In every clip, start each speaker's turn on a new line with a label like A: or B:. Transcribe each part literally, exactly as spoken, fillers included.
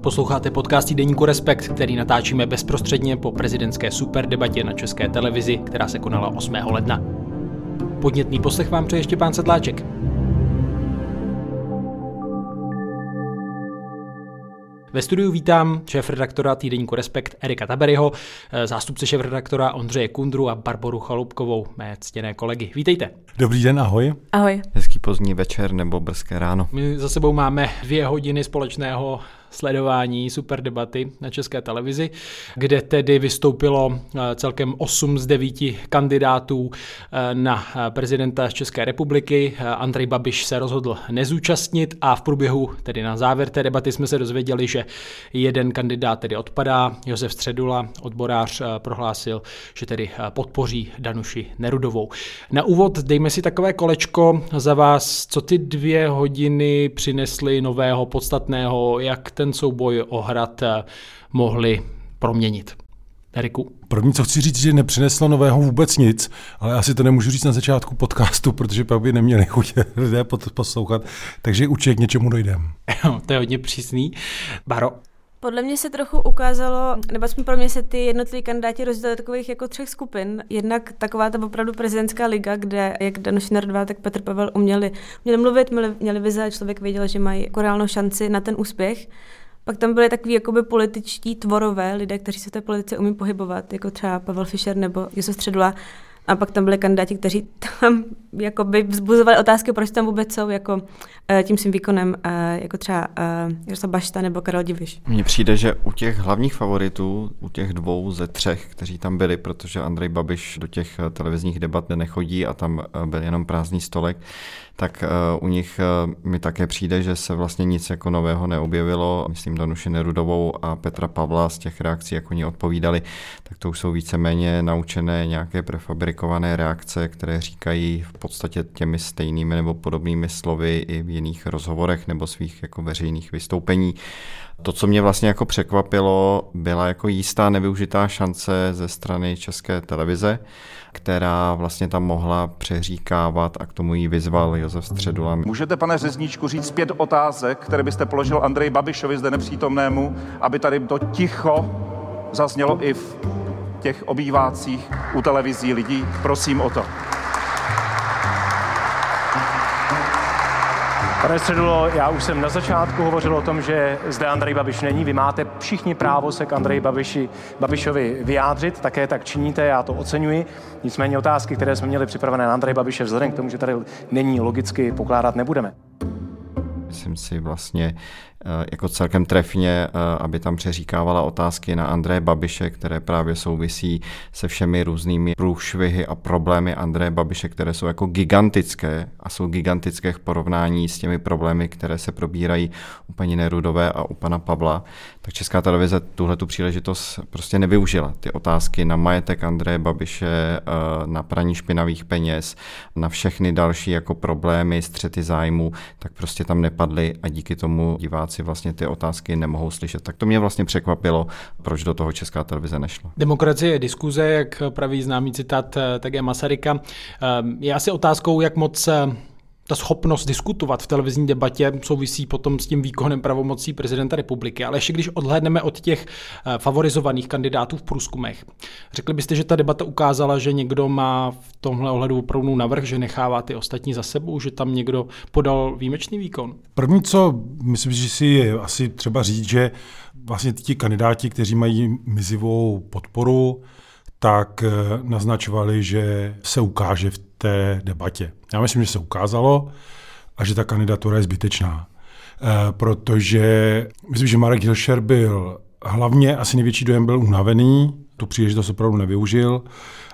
A: Posloucháte podcast týdeníku Respekt, který natáčíme bezprostředně po prezidentské superdebatě na České televizi, která se konala osmého ledna. Podnětný poslech vám přeje Štěpán Sedláček. Ve studiu vítám šéfredaktora týdeníku Respekt Erika Taberyho, zástupce šéfredaktora Ondřeje Kundru a Barboru Chaloupkovou, mé ctěné kolegy. Vítejte.
B: Dobrý den, ahoj.
C: Ahoj.
D: Hezký pozdní večer nebo brzké ráno.
A: My za sebou máme dvě hodiny společného sledování superdebaty na České televizi, kde tedy vystoupilo celkem osm z devíti kandidátů na prezidenta České republiky. Andrej Babiš se rozhodl nezúčastnit a v průběhu, tedy na závěr té debaty, jsme se dozvěděli, že jeden kandidát tedy odpadá. Josef Středula, odborář, prohlásil, že tedy podpoří Danuši Nerudovou. Na úvod dejme si takové kolečko za vás, co ty dvě hodiny přinesly nového, podstatného, jak ten souboj o Hrad mohli proměnit. Eriku?
B: První, co chci říct, že nepřineslo nového vůbec nic, ale asi to nemůžu říct na začátku podcastu, protože pak by neměli chuť lidé poslouchat, takže určitě k něčemu dojdeme.
A: To je hodně přísný. Baro?
C: Podle mě se trochu ukázalo, nebo aspoň pro mě se ty jednotliví kandidáti rozdělili takových jako třech skupin. Jednak taková ta opravdu prezidentská liga, kde jak Danuše Nerudová, tak Petr Pavel uměli, uměli mluvit, měli, měli vize, člověk věděl, že mají jako reálnou šanci na ten úspěch. Pak tam byli takový jakoby političtí tvorové lidé, kteří se v té politice umí pohybovat, jako třeba Pavel Fischer nebo Josef Středula. A pak tam byli kandidáti, kteří tam jakoby vzbuzovali otázky, proč tam vůbec jsou jako uh, tím svým výkonem, uh, jako třeba uh, Jaroslav Bašta nebo Karel Diviš.
D: Mně přijde, že u těch hlavních favoritů, u těch dvou ze třech, kteří tam byli, protože Andrej Babiš do těch televizních debat nechodí a tam byl jenom prázdný stolek, tak uh, u nich uh, mi také přijde, že se vlastně nic jako nového neobjevilo. Myslím Danuši Nerudovou a Petra Pavla z těch reakcí, jak oni odpovídali, tak to už jsou víceméně naučené nějaké prefabrikované reakce, které říkají v podstatě těmi stejnými nebo podobnými slovy i v jiných rozhovorech nebo svých jako veřejných vystoupení. To, co mě vlastně jako překvapilo, byla jako jistá nevyužitá šance ze strany České televize, která vlastně tam mohla přeříkávat a k tomu jí vyzval Josef Středula.
E: Můžete, pane Řezníčku, říct pět otázek, které byste položil Andreji Babišovi zde nepřítomnému, aby tady to ticho zaznělo i v těch obývácích u televizí lidí? Prosím o to.
F: Pane Středulo, já už jsem na začátku hovořil o tom, že zde Andrej Babiš není. Vy máte všichni právo se k Andreji Babiši, Babišovi vyjádřit, také tak činíte, já to oceňuji. Nicméně otázky, které jsme měli připravené na Andreje Babiše, vzhledem k tomu, že tady není, logicky pokládat nebudeme.
D: Myslím si vlastně jako celkem trefně, aby tam přeříkávala otázky na Andreje Babiše, které právě souvisí se všemi různými průšvihy a problémy Andreje Babiše, které jsou jako gigantické a jsou gigantické v porovnání s těmi problémy, které se probírají u paní Nerudové a u pana Pavla. Tak Česká televize tuhletu příležitost prostě nevyužila. Ty otázky na majetek Andreje Babiše, na praní špinavých peněz, na všechny další jako problémy, střety zájmu, tak prostě tam nepadly a díky tomu diváci si vlastně ty otázky nemohou slyšet. Tak to mě vlastně překvapilo, proč do toho Česká televize nešla.
A: Demokracie je diskuze, jak praví známý citát také Masaryka. Je asi otázkou, jak moc ta schopnost diskutovat v televizní debatě souvisí potom s tím výkonem pravomocí prezidenta republiky. Ale ještě když odhlédneme od těch favorizovaných kandidátů v průzkumech, řekli byste, že ta debata ukázala, že někdo má v tomhle ohledu opravdu navrch, že nechává ty ostatní za sebou, že tam někdo podal výjimečný výkon?
B: První, co myslím, že si je asi třeba říct, že vlastně ti kandidáti, kteří mají mizivou podporu, tak naznačovali, že se ukáže v té debatě. Já myslím, že se ukázalo a že ta kandidatura je zbytečná. E, protože myslím, že Marek Hilšer byl hlavně, asi největší dojem byl unavený, tu příležitost opravdu nevyužil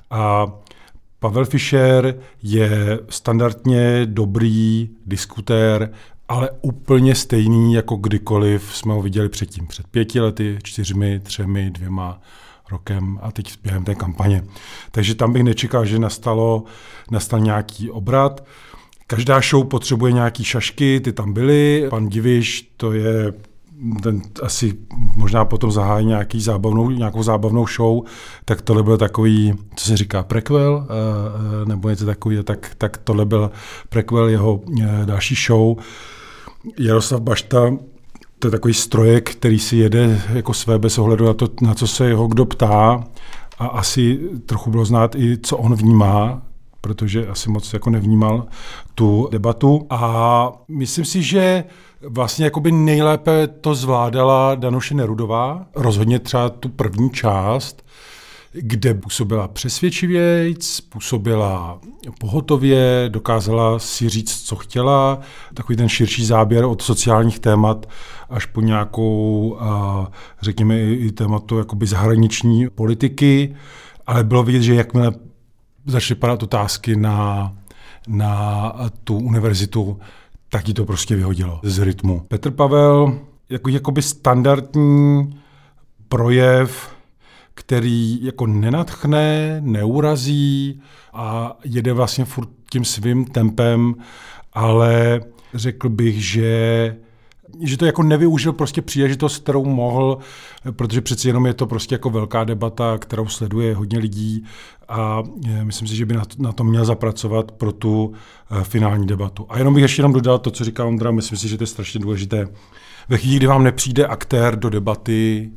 B: a Pavel Fischer je standardně dobrý diskutér, ale úplně stejný, jako kdykoliv jsme ho viděli předtím. Před pěti lety, čtyřmi, třemi, dvěma rokem a teď během té kampaně. Takže tam bych nečekal, že nastalo, nastal nějaký obrat. Každá show potřebuje nějaký šašky, ty tam byly. Pan Diviš, to je ten asi možná potom zahájí nějaký zábavnou, nějakou zábavnou show, tak tohle byl takový, co se říká, prequel, nebo něco takového, tak, tak tohle byl prequel jeho další show. Jaroslav Bašta To je takový strojek, který si jede jako své bez ohledu na to, na co se jeho kdo ptá. A asi trochu bylo znát i, co on vnímá, protože asi moc jako nevnímal tu debatu. A myslím si, že vlastně jakoby nejlépe to zvládala Danuše Nerudová. Rozhodně třeba tu první část, kde působila přesvědčivějc, působila pohotově, dokázala si říct, co chtěla. Takový ten širší záběr od sociálních témat až po nějakou, řekněme, i tématu jakoby zahraniční politiky. Ale bylo vidět, že jakmile začaly padat otázky na, na tu univerzitu, tak ji to prostě vyhodilo z rytmu. Petr Pavel, jako, jakoby standardní projev, který jako nenadchne, neurazí a jede vlastně furt tím svým tempem, ale řekl bych, že, že to jako nevyužil prostě příležitost, kterou mohl, protože přeci jenom je to prostě jako velká debata, kterou sleduje hodně lidí a myslím si, že by na to, na to měl zapracovat pro tu uh, finální debatu. A jenom bych ještě jenom dodal to, co říká Ondra, myslím si, že to je strašně důležité. Ve chvíli, kdy vám nepřijde aktér do debaty,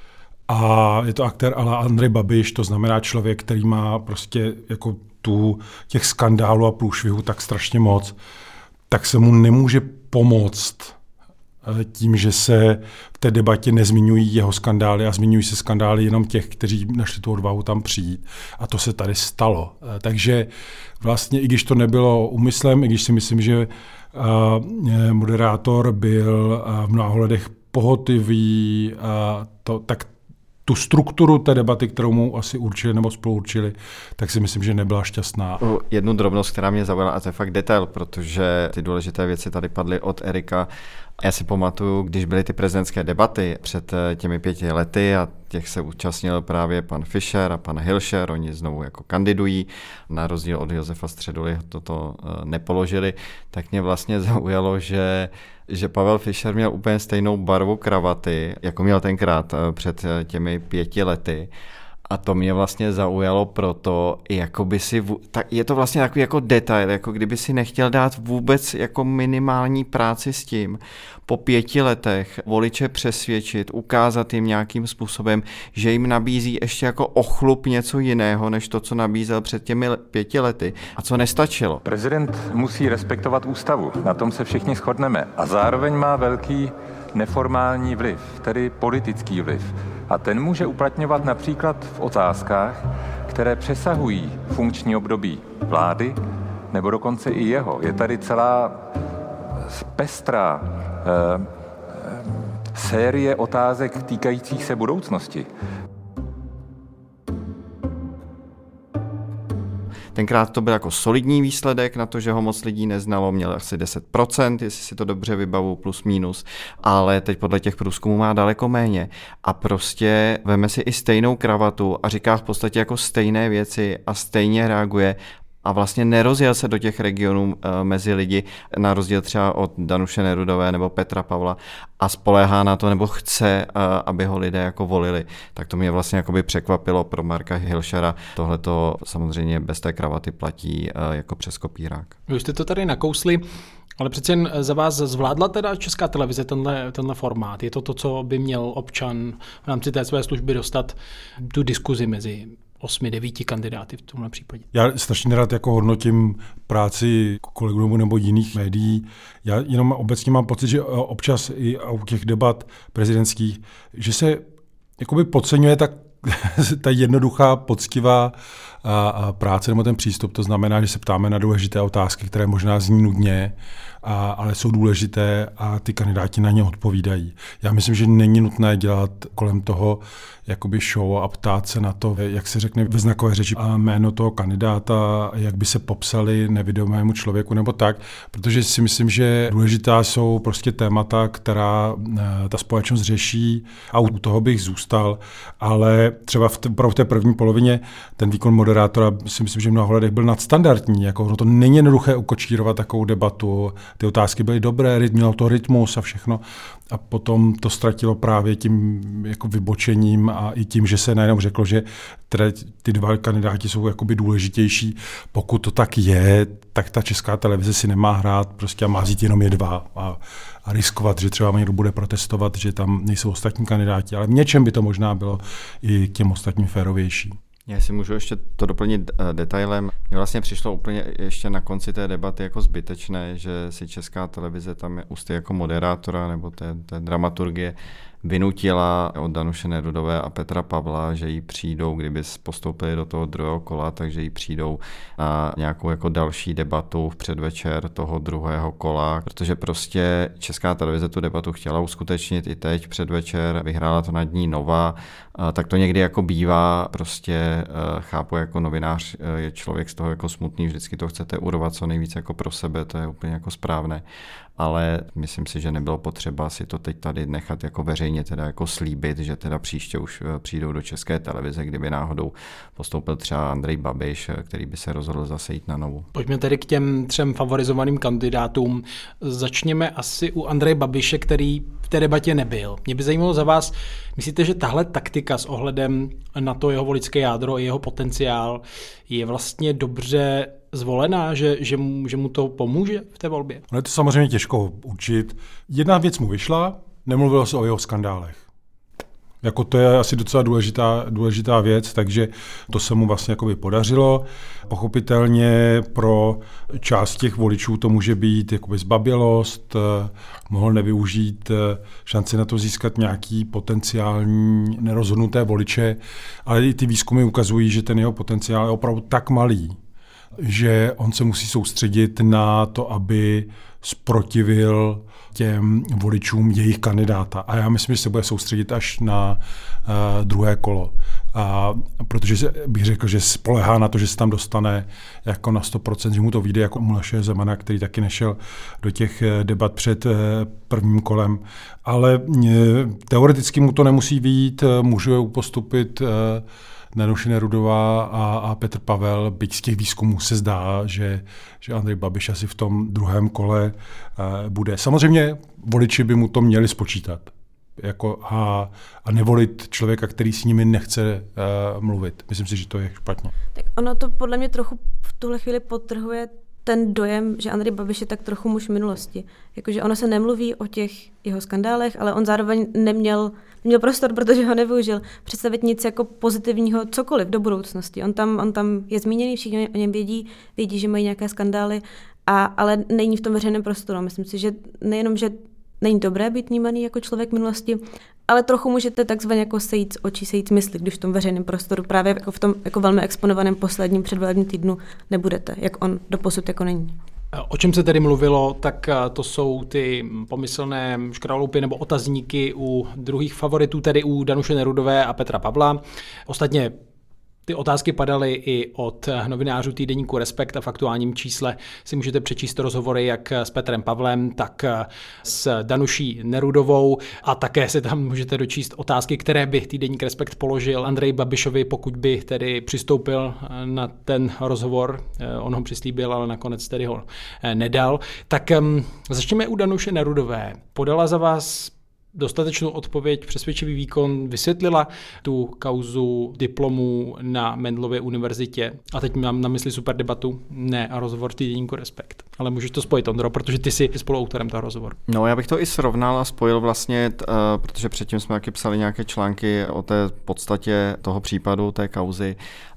B: a je to aktér ala Andrej Babiš, to znamená člověk, který má prostě jako tu těch skandálů a průšvihů tak strašně moc, tak se mu nemůže pomoct tím, že se v té debatě nezmiňují jeho skandály a zmiňují se skandály jenom těch, kteří našli tu odvahu tam přijít. A to se tady stalo. Takže vlastně, i když to nebylo úmyslem, i když si myslím, že moderátor byl v mnoha ohledech pohotový, to, tak tu strukturu té debaty, kterou mu asi určili nebo spoluurčili, tak si myslím, že nebyla šťastná.
D: Jednu drobnost, která mě zaujala, a to je fakt detail, protože ty důležité věci tady padly od Erika. Já si pamatuju, když byly ty prezidentské debaty před těmi pěti lety a těch se účastnil právě pan Fischer a pan Hilšer, oni znovu jako kandidují, na rozdíl od Josefa Středuly toto nepoložili, tak mě vlastně zaujalo, že že Pavel Fischer měl úplně stejnou barvu kravaty, jako měl tenkrát před těmi pěti lety. A to mě vlastně zaujalo proto, jako by si, tak je to vlastně takový jako detail, jako kdyby si nechtěl dát vůbec jako minimální práci s tím, po pěti letech voliče přesvědčit, ukázat jim nějakým způsobem, že jim nabízí ještě jako ochlup něco jiného, než to, co nabízel před těmi pěti lety a co nestačilo.
G: Prezident musí respektovat ústavu, na tom se všichni shodneme. A zároveň má velký neformální vliv, tedy politický vliv. A ten může uplatňovat například v otázkách, které přesahují funkční období vlády, nebo dokonce i jeho. Je tady celá pestrá eh, série otázek týkajících se budoucnosti.
D: Tenkrát to byl jako solidní výsledek na to, že ho moc lidí neznalo, měl asi deset procent, jestli si to dobře vybavu, plus minus, ale teď podle těch průzkumů má daleko méně. A prostě veme si i stejnou kravatu a říká v podstatě jako stejné věci a stejně reaguje a vlastně nerozjel se do těch regionů e, mezi lidi, na rozdíl třeba od Danuše Nerudové nebo Petra Pavla a spoléhá na to, nebo chce, e, aby ho lidé jako volili. Tak to mě vlastně jakoby překvapilo pro Marka Hilšera. Tohle to samozřejmě bez té kravaty platí e, jako přes kopírák.
A: Vy jste to tady nakousli, ale přece jen za vás zvládla teda Česká televize tenhle, tenhle formát? Je to to, co by měl občan v rámci té své služby dostat, tu diskuzi mezi osmi, devíti kandidáty v tomhle případě?
B: Já strašně nerad jako hodnotím práci kolegů nebo jiných médií. Já jenom obecně mám pocit, že občas i u těch debat prezidentských, že se jakoby podceňuje ta, ta jednoduchá, poctivá a, a práce nebo ten přístup. To znamená, že se ptáme na důležité otázky, které možná zní nudně, a, ale jsou důležité a ty kandidáti na ně odpovídají. Já myslím, že není nutné dělat kolem toho jakoby show a ptát se na to, jak se řekne ve znakové řeči a jméno toho kandidáta, jak by se popsali nevidomému člověku nebo tak, protože si myslím, že důležitá jsou prostě témata, která ta společnost řeší a u toho bych zůstal, ale třeba v, t- v té první polovině ten výkon moderátora si myslím, že v mnoha ohledech byl nadstandardní, jako no to není jednoduché ukočírovat takovou debatu, ty otázky byly dobré, mělo to rytmus a všechno a potom to ztratilo právě tím jako vybočením a i tím, že se najednou řeklo, že ty dva kandidáti jsou jakoby důležitější. Pokud to tak je, tak ta Česká televize si nemá hrát prostě a má vzít jenom je dva. A, a riskovat, že třeba někdo bude protestovat, že tam nejsou ostatní kandidáti, ale v něčem by to možná bylo i k těm ostatním férovější.
D: Já si můžu ještě to doplnit detailem. Mně vlastně přišlo úplně ještě na konci té debaty jako zbytečné, že si Česká televize tam je ústy jako moderátora nebo té, té dramaturgie vynutila od Danuše Nerudové a Petra Pavla, že jí přijdou, kdyby postoupili do toho druhého kola, takže jí přijdou na nějakou jako další debatu v předvečer toho druhého kola, protože prostě Česká televize tu debatu chtěla uskutečnit i teď předvečer, vyhrála to nad ní Nova, tak to někdy jako bývá, prostě chápu jako novinář, je člověk z toho jako smutný, vždycky to chcete urvat co nejvíc jako pro sebe, to je úplně jako správné. Ale myslím si, že nebylo potřeba si to teď tady nechat jako veřejně teda jako slíbit, že teda příště už přijdou do České televize, kdyby náhodou postoupil třeba Andrej Babiš, který by se rozhodl zase jít na Novu.
A: Pojďme tedy k těm třem favorizovaným kandidátům. Začněme asi u Andreje Babiše, který v té debatě nebyl. Mě by zajímalo za vás, myslíte, že tahle taktika s ohledem na to jeho voličské jádro i jeho potenciál je vlastně dobře zvolená, že, že, mu, že mu to pomůže v té volbě?
B: No je to samozřejmě těžko určit. Jedna věc mu vyšla, nemluvilo se o jeho skandálech. Jako to je asi docela důležitá, důležitá věc, takže to se mu vlastně jakoby podařilo. Pochopitelně pro část těch voličů to může být jakoby zbabělost, mohl nevyužít šanci na to získat nějaký potenciální nerozhodnuté voliče, ale i ty výzkumy ukazují, že ten jeho potenciál je opravdu tak malý, že on se musí soustředit na to, aby zprotivil těm voličům jejich kandidáta. A já myslím, že se bude soustředit až na uh, druhé kolo. A protože bych řekl, že spolehá na to, že se tam dostane jako na sto procent, že mu to vyjde jako u Miloše Zemana, který taky nešel do těch debat před uh, prvním kolem. Ale uh, teoreticky mu to nemusí vyjít, uh, můžou postupit uh, Danuše Nerudová a, a Petr Pavel, byť z těch výzkumů se zdá, že, že Andrej Babiš asi v tom druhém kole uh, bude. Samozřejmě voliči by mu to měli spočítat jako a, a nevolit člověka, který s nimi nechce uh, mluvit. Myslím si, že to je špatně.
C: Tak ono to podle mě trochu v tuhle chvíli podtrhuje ten dojem, že Andrej Babiš je tak trochu muž minulosti. Jakože ono se nemluví o těch jeho skandálech, ale on zároveň neměl, neměl prostor, protože ho nevyužil, představit nic jako pozitivního, cokoliv do budoucnosti. On tam, on tam je zmíněný, všichni o něm vědí, vědí, že mají nějaké skandály, a, ale není v tom veřejném prostoru. Myslím si, že nejenom, že není dobré být vnímaný jako člověk minulosti, ale trochu můžete takzvaně jako sejít z očí, sejít z mysli, když v tom veřejném prostoru právě jako v tom jako velmi exponovaném posledním předvolebním týdnu nebudete, jak on doposud jako není.
A: O čem se tedy mluvilo, tak to jsou ty pomyslné škraloupy nebo otazníky u druhých favoritů, tedy u Danuše Nerudové a Petra Pavla. Ostatně ty otázky padaly i od novinářů týdeníku Respekt a v aktuálním čísle si můžete přečíst rozhovory jak s Petrem Pavlem, tak s Danuší Nerudovou a také se tam můžete dočíst otázky, které by týdeník Respekt položil Andreji Babišovi, pokud by tedy přistoupil na ten rozhovor. On ho přislíbil, ale nakonec tedy ho nedal. Tak začněme u Danuše Nerudové. Podala za vás dostatečnou odpověď, přesvědčivý výkon, vysvětlila tu kauzu diplomů na Mendelově univerzitě. A teď mám na mysli super debatu, ne a rozhovor týdeníku Respekt. Ale můžeš to spojit, Ondro, protože ty jsi spoluautorem toho rozhovoru.
D: No, já bych to i srovnal a spojil vlastně, t, uh, protože předtím jsme taky psali nějaké články o té podstatě toho případu, té kauzy.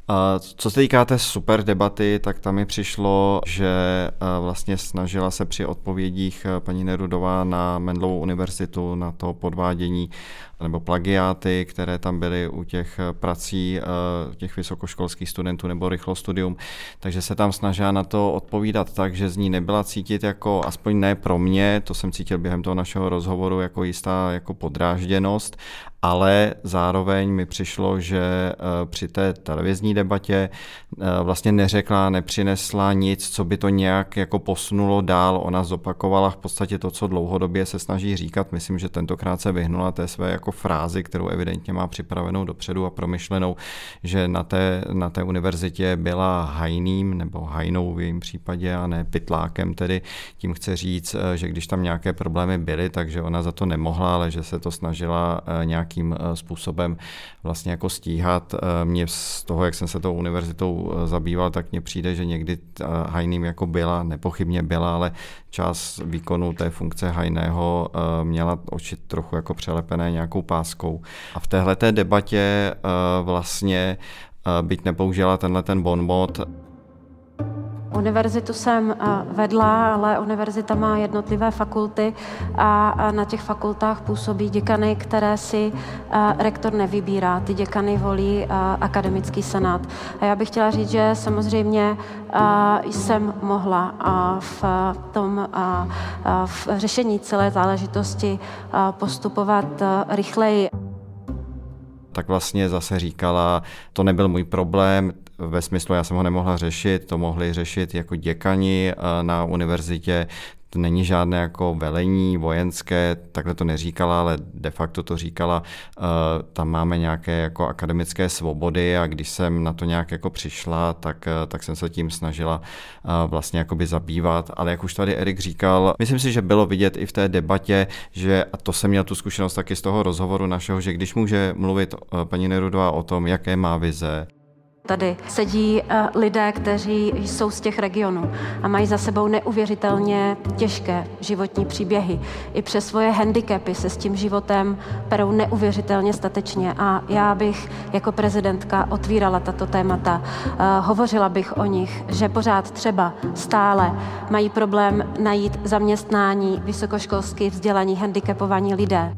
D: Co se týká té super debaty, tak tam mi přišlo, že vlastně snažila se při odpovědích paní Nerudová na Mendelovu univerzitu, na to podvádění nebo plagiáty, které tam byly u těch prací těch vysokoškolských studentů nebo rychlostudium, takže se tam snažila na to odpovídat tak, že z ní nebyla cítit jako, aspoň ne pro mě, to jsem cítil během toho našeho rozhovoru, jako jistá jako podrážděnost, ale zároveň mi přišlo, že při té televizní debatě vlastně neřekla, nepřinesla nic, co by to nějak jako posunulo dál. Ona zopakovala v podstatě to, co dlouhodobě se snaží říkat. Myslím, že tentokrát se vyhnula té své jako frázi, kterou evidentně má připravenou dopředu a promyšlenou, že na té, na té univerzitě byla hajným nebo hajnou v jejím případě a ne pytlákem, tedy tím chce říct, že když tam nějaké problémy byly, takže ona za to nemohla, ale že se to snažila nějak nějakým způsobem vlastně jako stíhat. Mně z toho, jak jsem se tou univerzitou zabýval, tak mně přijde, že někdy Hajným jako byla, nepochybně byla, ale část výkonu té funkce Hajného měla oči trochu jako přelepené nějakou páskou. A v téhleté debatě vlastně byť nepoužila tenhle ten bonmot.
H: Univerzitu jsem vedla, ale univerzita má jednotlivé fakulty a na těch fakultách působí děkany, které si rektor nevybírá. Ty děkany volí akademický senát. A já bych chtěla říct, že samozřejmě jsem mohla v tom v řešení celé záležitosti postupovat rychleji.
D: Tak vlastně zase říkala, to nebyl můj problém, ve smyslu, já jsem ho nemohla řešit, to mohli řešit jako děkani na univerzitě, to není žádné jako velení vojenské, takhle to neříkala, ale de facto to říkala, tam máme nějaké jako akademické svobody a když jsem na to nějak jako přišla, tak, tak jsem se tím snažila vlastně jakoby zabývat, ale jak už tady Erik říkal, myslím si, že bylo vidět i v té debatě, že, a to jsem měl tu zkušenost taky z toho rozhovoru našeho, že když může mluvit paní Nerudová o tom, jaké má vize.
H: Tady sedí lidé, kteří jsou z těch regionů a mají za sebou neuvěřitelně těžké životní příběhy. I přes svoje handicapy se s tím životem perou neuvěřitelně statečně a já bych jako prezidentka otvírala tato témata. Hovořila bych o nich, že pořád třeba stále mají problém najít zaměstnání vysokoškolsky vzdělaní handicapovaní lidé.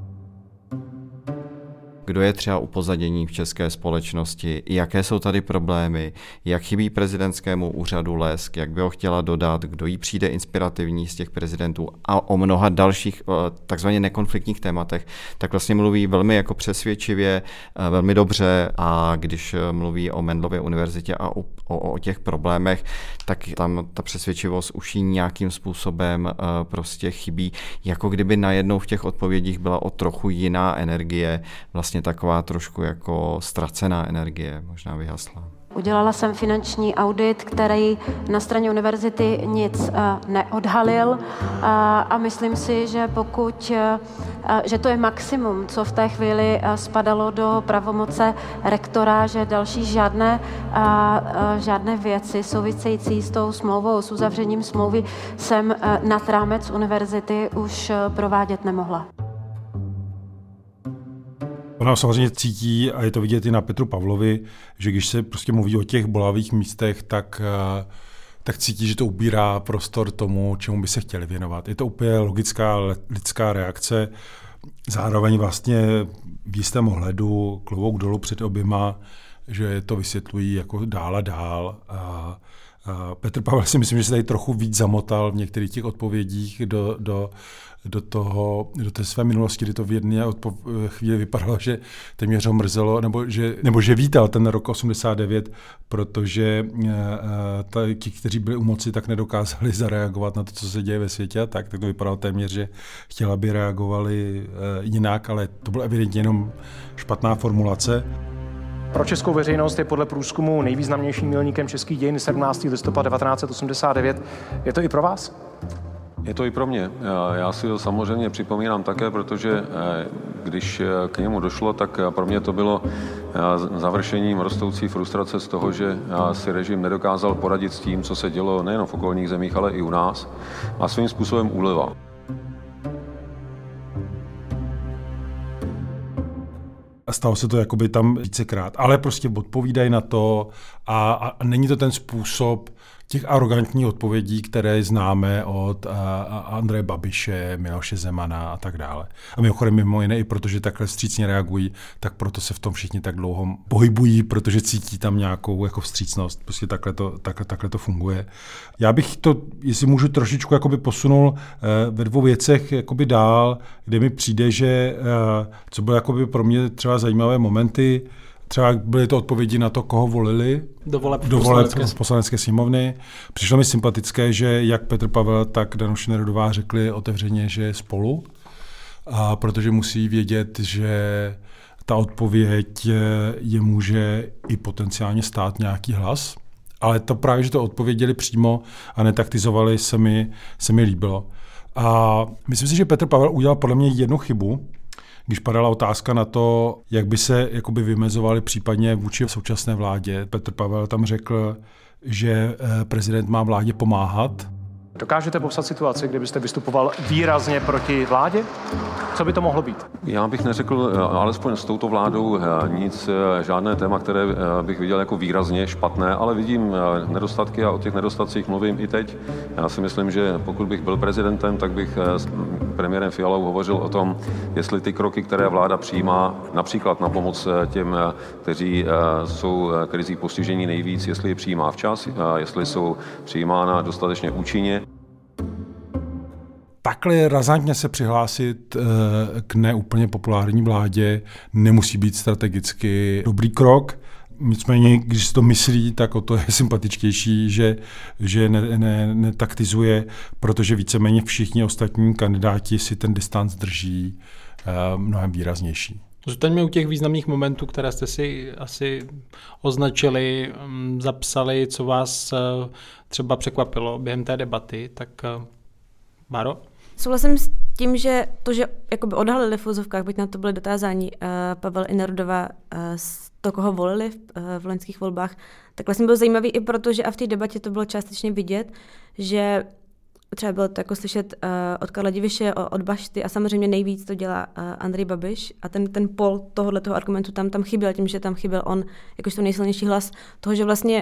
D: Kdo je třeba upozadění v české společnosti, jaké jsou tady problémy, jak chybí prezidentskému úřadu lesk, jak by ho chtěla dodat, kdo jí přijde inspirativní z těch prezidentů a o mnoha dalších takzvaně nekonfliktních tématech, tak vlastně mluví velmi jako přesvědčivě, velmi dobře a když mluví o Mendelově univerzitě a o, o, o těch problémech, tak tam ta přesvědčivost už jí nějakým způsobem prostě chybí, jako kdyby najednou v těch odpovědích byla o trochu jiná energie, vlastně taková trošku jako ztracená energie, možná vyhasla.
H: Udělala jsem finanční audit, který na straně univerzity nic uh, neodhalil uh, a myslím si, že pokud, uh, že to je maximum, co v té chvíli uh, spadalo do pravomoce rektora, že další žádné, uh, uh, žádné věci související s tou smlouvou, s uzavřením smlouvy jsem uh, nad rámec univerzity už uh, provádět nemohla.
B: Ona samozřejmě cítí, a je to vidět i na Petru Pavlovi, že když se prostě mluví o těch bolavých místech, tak, tak cítí, že to ubírá prostor tomu, čemu by se chtěli věnovat. Je to úplně logická lidská reakce. Zároveň vlastně v jistém ohledu klobouk dolů před oběma, že to vysvětlují jako dál a dál. A, a Petr Pavel si myslím, že se tady trochu víc zamotal v některých těch odpovědích do, do do toho, do té své minulosti, kdy to v jedné odpo- chvíli vypadalo, že téměř ho mrzelo, nebo že, nebo že vítal ten rok osmdesát devět, protože uh, ta, ti, kteří byli u moci, tak nedokázali zareagovat na to, co se děje ve světě a tak, tak to vypadalo téměř, že chtěla, aby reagovali uh, jinak, ale to bylo evidentně jenom špatná formulace.
F: Pro českou veřejnost je podle průzkumu nejvýznamnějším milníkem českých dějin sedmnáctého listopadu devatenáct set osmdesát devět. Je to i pro vás?
I: Je to i pro mě. Já si ho samozřejmě připomínám také, protože když k němu došlo, tak pro mě to bylo završením rostoucí frustrace z toho, že si režim nedokázal poradit s tím, co se dělo nejen v okolních zemích, ale i u nás a svým způsobem úleva.
B: A stalo se to jakoby tam vícekrát. Ale prostě odpovídají na to a, a není to ten způsob těch arrogantních odpovědí, které známe od a, a Andreje Babiše, Miloše Zemana a tak dále. A mimochodem mimo jiné i protože takhle vstřícně reagují, tak proto se v tom všichni tak dlouho pohybují, protože cítí tam nějakou jako vstřícnost. Prostě takhle to, takhle, takhle to funguje. Já bych to, jestli můžu trošičku jakoby posunul eh, ve dvou věcech jakoby dál, kde mi přijde, že eh, co bylo jakoby pro mě třeba zajímavé momenty, třeba byly to odpovědi na to, koho volili
A: do voleb
B: do poslanecké, poslanecké sněmovny. Přišlo mi sympatické, že jak Petr Pavel, tak Danuše Nerudová řekli otevřeně, že je spolu, a protože musí vědět, že ta odpověď je může i potenciálně stát nějaký hlas. Ale to právě, že to odpověděli přímo a netaktizovali, se mi, se mi líbilo. A myslím si, že Petr Pavel udělal podle mě jednu chybu, Když padala otázka na to, jak by se jakoby vymezovali případně vůči současné vládě, Petr Pavel tam řekl, že prezident má vládě pomáhat.
F: Dokážete popsat situaci, kdybyste vystupoval výrazně proti vládě? Co by to mohlo být?
I: Já bych neřekl, alespoň s touto vládou, nic, žádné téma, které bych viděl jako výrazně špatné, ale vidím nedostatky a o těch nedostatcích mluvím i teď. Já si myslím, že pokud bych byl prezidentem, tak bych s premiérem Fialou hovořil o tom, jestli ty kroky, které vláda přijímá, například na pomoc těm, kteří jsou krizí postižení nejvíc, jestli je přijímá včas, jestli jsou přijímána dostatečně účinně.
B: Takhle razantně se přihlásit k neúplně populární vládě nemusí být strategicky dobrý krok. Nicméně, když si to myslí, tak o to je sympatičtější, že, že ne, ne, netaktizuje, protože víceméně všichni ostatní kandidáti si ten distanc drží mnohem výraznější.
A: Zůstaňme u těch významných momentů, které jste si asi označili, zapsali, co vás třeba překvapilo během té debaty, tak Báro?
C: Souhlasím s tím, že to, že jakoby odhalili v úzovkách, byť na to byly dotázání uh, Pavel i Nerudová uh, z to, koho volili v, uh, v loňských volbách, tak vlastně byl zajímavý i proto, že a v té debatě to bylo částečně vidět, že třeba bylo to jako slyšet uh, od Karla Diviše, od Bašty a samozřejmě nejvíc to dělá uh, Andrej Babiš a ten, ten pol tohoto argumentu tam, tam chyběl, tím, že tam chyběl on jakožto nejsilnější hlas toho, že vlastně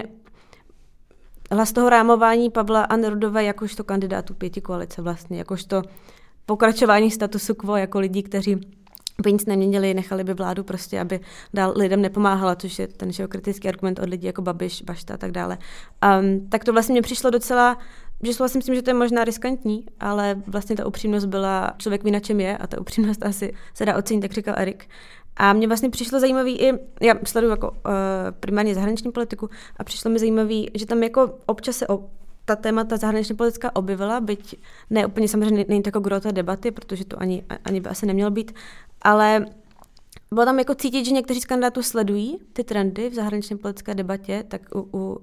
C: hlas toho rámování Pavla a Nerudové jakožto kandidátů pětikoalice vlastně, jakožto pokračování statusu quo jako lidí, kteří by nic neměnili, nechali by vládu prostě, aby dál lidem nepomáhala, což je ten kritický argument od lidí jako Babiš, Bašta a tak dále. Um, tak to vlastně mě přišlo docela, že souhlasím s tím, že to je možná riskantní, ale vlastně ta upřímnost byla, člověk ví, na čem je a ta upřímnost asi se dá ocenit, tak říkal Erik. A mně vlastně přišlo zajímavý i, já sleduju jako uh, primárně zahraniční politiku a přišlo mi zajímavý, že tam jako občas se o, ta témata zahraniční politická objevila, byť ne úplně samozřejmě není to jako gro té debaty, protože to ani, ani by asi nemělo být, ale bylo tam jako cítit, že někteří z kandidátů sledují ty trendy v zahraničně politické debatě, tak u, u,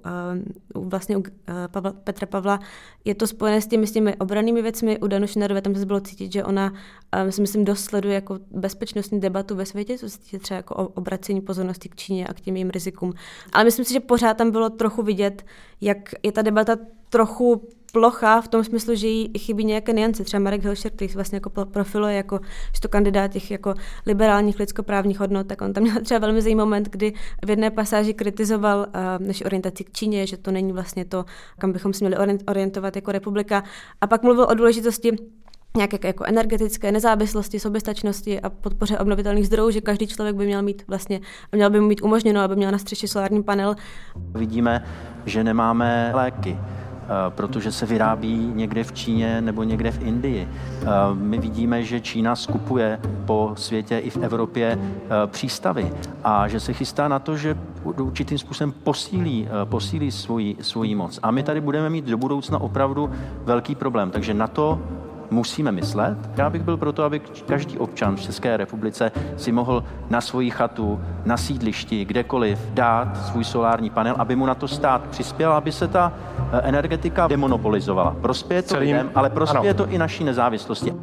C: u vlastně u uh, Pavla, Petra Pavla je to spojené s těmi, s těmi obrannými věcmi, u Danuše Nerudové tam se bylo cítit, že ona um, si myslím dost sleduje jako bezpečnostní debatu ve světě, co se týče třeba jako obracení pozornosti k Číně a k těm jejím rizikům. Ale myslím si, že pořád tam bylo trochu vidět, jak je ta debata trochu plochá v tom smyslu, že jí chybí nějaké niance. Třeba Marek Hilšer, který se vlastně jako profiluje jako to kandidát těch jako liberálních lidskoprávních hodnot, tak on tam měl třeba velmi zajímavý moment, kdy v jedné pasáži kritizoval uh, naši orientaci k Číně, že to není vlastně to, kam bychom se měli orientovat jako republika. A pak mluvil o důležitosti nějaké jako energetické nezávislosti, soběstačnosti a podpoře obnovitelných zdrojů, že každý člověk by měl mít vlastně, měl by mu mít umožněno, aby měl na střeše solární panel.
J: Vidíme, že nemáme léky, protože se vyrábí někde v Číně nebo někde v Indii. My vidíme, že Čína skupuje po světě i v Evropě přístavy a že se chystá na to, že určitým způsobem posílí, posílí svoji, svoji moc. A my tady budeme mít do budoucna opravdu velký problém. Takže na to musíme myslet. Já bych byl proto, aby každý občan v České republice si mohl na svoji chatu, na sídlišti, kdekoliv dát svůj solární panel, aby mu na to stát přispěl, aby se ta energetika demonopolizovala. Prospěje to
F: Celým...
J: lidem, ale prospěje
F: ano.
J: to i naší nezávislosti.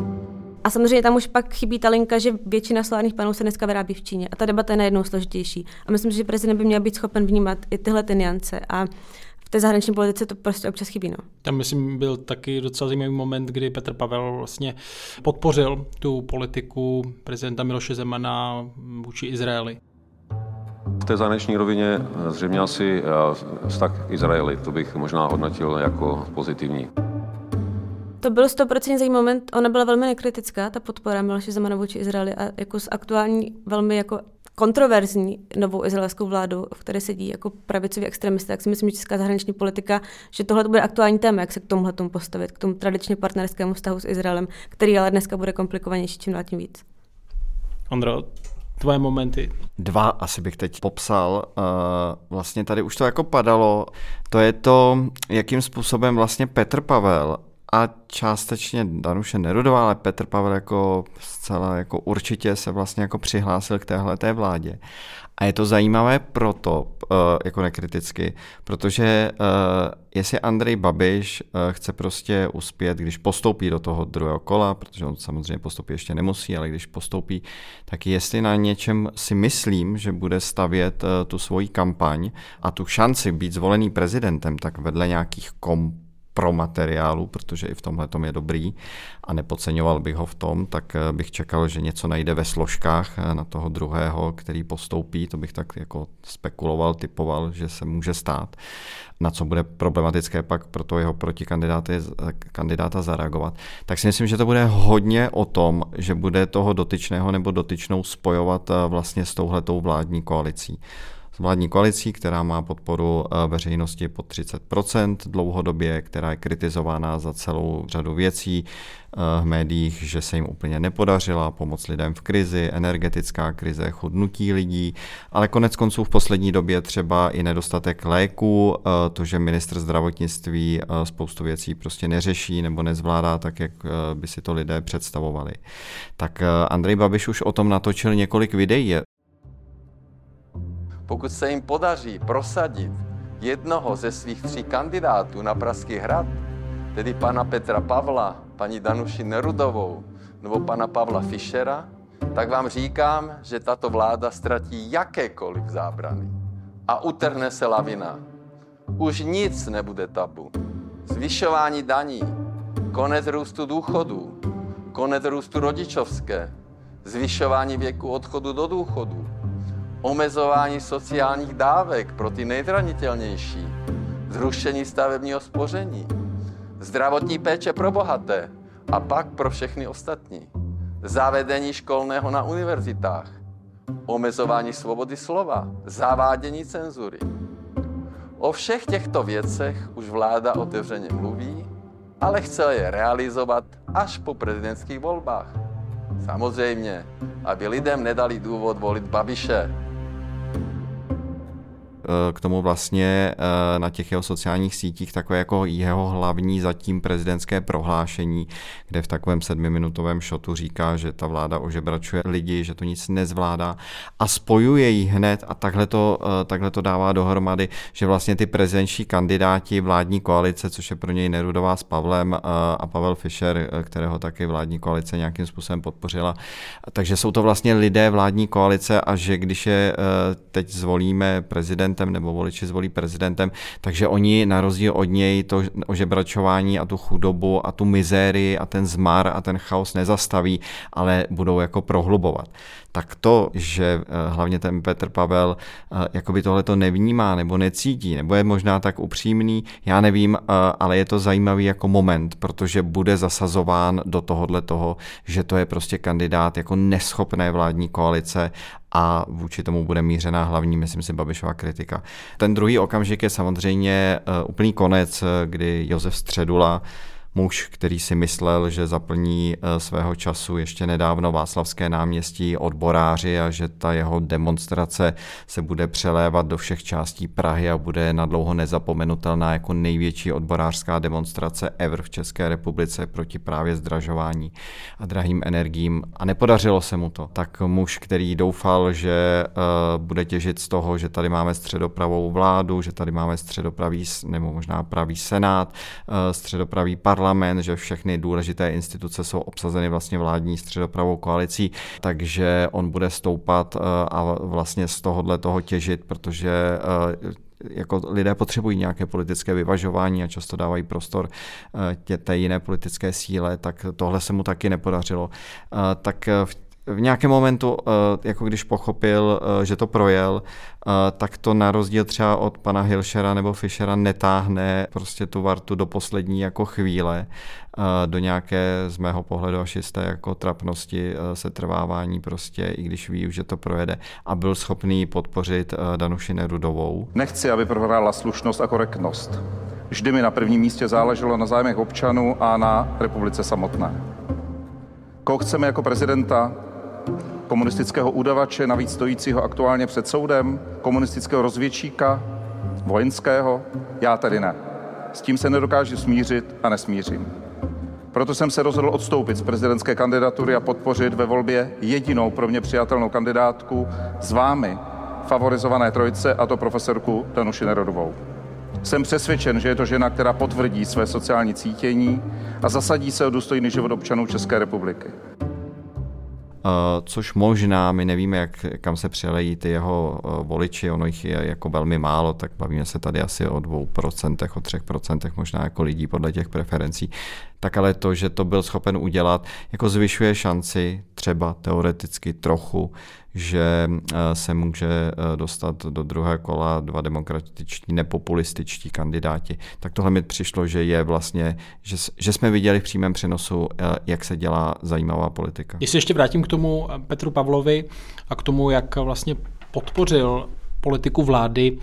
C: A samozřejmě tam už pak chybí ta linka, že většina solárních panelů se dneska vyrábí v Číně a ta debata je najednou složitější. A myslím, že prezident by měl být schopen vnímat i tyhle ty niance a v té zahraniční politice to prostě občas chybí. No.
A: Tam myslím byl taky docela zajímavý moment, kdy Petr Pavel vlastně podpořil tu politiku prezidenta Miloše Zemana vůči Izraeli.
I: V té zahraniční rovině zřejmě asi vztah k Izraeli, to bych možná hodnotil jako pozitivní.
C: To byl sto procent zajímavý moment, ona byla velmi nekritická, ta podpora Miloše Zemana vůči Izraeli a jako s aktuální velmi jako kontroverzní novou izraelskou vládou, v které sedí jako pravicoví extremisté, tak si myslím, že česká zahraniční politika, že tohle bude aktuální téma, jak se k tomuhle tomu postavit, k tomu tradičně partnerskému vztahu s Izraelem, který ale dneska bude komplikovanější čím dál tím víc.
A: Ondro, tvoje momenty?
D: Dva asi bych teď popsal. Vlastně tady už to jako padalo. To je to, jakým způsobem vlastně Petr Pavel a částečně Danuše Nerudová, ale Petr Pavel jako zcela jako určitě se vlastně jako přihlásil k téhleté vládě. A je to zajímavé proto, jako nekriticky, protože jestli Andrej Babiš chce prostě uspět, když postoupí do toho druhého kola, protože on samozřejmě postoupí ještě nemusí, ale když postoupí, tak jestli na něčem si myslím, že bude stavět tu svoji kampaň a tu šanci být zvolený prezidentem, tak vedle nějakých kom pro materiálu, protože i v tomhle tom je dobrý a nepodceňoval bych ho v tom, tak bych čekal, že něco najde ve složkách na toho druhého, který postoupí, to bych tak jako spekuloval, typoval, že se může stát, na co bude problematické pak pro toho jeho protikandidáta zareagovat. Tak si myslím, že to bude hodně o tom, že bude toho dotyčného nebo dotyčnou spojovat vlastně s touhletou vládní koalicí. S vládní koalicí, která má podporu veřejnosti pod třicet procent dlouhodobě, která je kritizována za celou řadu věcí v médiích, že se jim úplně nepodařila pomoct lidem v krizi, energetická krize, chudnutí lidí, ale konec konců v poslední době třeba i nedostatek léků, to, že ministr zdravotnictví spoustu věcí prostě neřeší nebo nezvládá tak, jak by si to lidé představovali. Tak Andrej Babiš už o tom natočil několik videí.
K: Pokud se jim podaří prosadit jednoho ze svých tří kandidátů na Pražský hrad, tedy pana Petra Pavla, paní Danuši Nerudovou nebo pana Pavla Fischera, tak vám říkám, že tato vláda ztratí jakékoliv zábrany a utrhne se lavina. Už nic nebude tabu. Zvyšování daní, konec růstu důchodů, konec růstu rodičovské, zvyšování věku odchodu do důchodu, omezování sociálních dávek pro ty nejzranitelnější, zrušení stavebního spoření, zdravotní péče pro bohaté a pak pro všechny ostatní, zavedení školného na univerzitách, omezování svobody slova, zavádění cenzury. O všech těchto věcech už vláda otevřeně mluví, ale chce je realizovat až po prezidentských volbách. Samozřejmě, aby lidem nedali důvod volit Babiše.
D: K tomu vlastně na těch jeho sociálních sítích takové jako jeho hlavní zatím prezidentské prohlášení, kde v takovém sedmiminutovém šotu říká, že ta vláda ožebračuje lidi, že to nic nezvládá a spojuje ji hned a takhle to, takhle to dává dohromady, že vlastně ty prezidentští kandidáti vládní koalice, což je pro něj Nerudová s Pavlem a Pavel Fischer, kterého taky vládní koalice nějakým způsobem podpořila, takže jsou to vlastně lidé vládní koalice a že když je teď zvolíme prezident nebo voliči zvolí prezidentem, takže oni na rozdíl od něj to ožebračování a tu chudobu a tu mizérii a ten zmar a ten chaos nezastaví, ale budou jako prohlubovat. Tak to, že hlavně ten Petr Pavel jakoby tohleto nevnímá nebo necítí, nebo je možná tak upřímný, já nevím, ale je to zajímavý jako moment, protože bude zasazován do tohohle toho, že to je prostě kandidát jako neschopné vládní koalice a vůči tomu bude mířená hlavní, myslím si, Babišova kritika. Ten druhý okamžik je samozřejmě úplný konec, kdy Josef Středula, muž, který si myslel, že zaplní svého času ještě nedávno Václavské náměstí odboráři a že ta jeho demonstrace se bude přelévat do všech částí Prahy a bude nadlouho nezapomenutelná jako největší odborářská demonstrace ever v České republice proti právě zdražování a drahým energiím. A nepodařilo se mu to. Tak muž, který doufal, že uh, bude těžit z toho, že tady máme středopravou vládu, že tady máme středopravý, nebo možná pravý senát, uh, středopravý parlament, parlament, že všechny důležité instituce jsou obsazeny vlastně vládní středopravou koalicí, takže on bude stoupat a vlastně z tohohle toho těžit, protože jako lidé potřebují nějaké politické vyvažování a často dávají prostor tě, té jiné politické síle, tak tohle se mu taky nepodařilo. Tak v V nějakém momentu, jako když pochopil, že to projel, tak to na rozdíl třeba od pana Hilšera nebo Fischera netáhne prostě tu vartu do poslední jako chvíle, do nějaké z mého pohledu až jisté jako trapnosti setrvávání prostě, i když ví, že to projede a byl schopný podpořit Danuši Nerudovou.
E: Nechci, aby prohrála slušnost a korektnost. Vždy mi na prvním místě záleželo na zájmech občanů a na republice samotné. Koho chceme jako prezidenta? Komunistického udavače, navíc stojícího aktuálně před soudem, komunistického rozvědčíka, vojenského? Já tedy ne. S tím se nedokážu smířit a nesmířím. Proto jsem se rozhodl odstoupit z prezidentské kandidatury a podpořit ve volbě jedinou pro mě přijatelnou kandidátku z vámi favorizované trojce, a to profesorku Danuši Nerudovou. Jsem přesvědčen, že je to žena, která potvrdí své sociální cítění a zasadí se o důstojný život občanů České republiky.
D: Uh, což možná, my nevíme, jak, kam se přelejí ty jeho uh, voliči, ono jich je jako velmi málo, tak bavíme se tady asi o dvou procentech, o třech procentech možná jako lidí podle těch preferencí. Tak ale to, že to byl schopen udělat, jako zvyšuje šanci třeba teoreticky trochu, že uh, se může uh, dostat do druhého kola dva demokratičtí, nepopulističtí kandidáti. Tak tohle mi přišlo, že je vlastně, že, že jsme viděli v přímém přenosu, uh, jak se dělá zajímavá politika.
A: Jestli ještě vrátím k tomu Petru Pavlovi a k tomu, jak vlastně podpořil politiku vlády,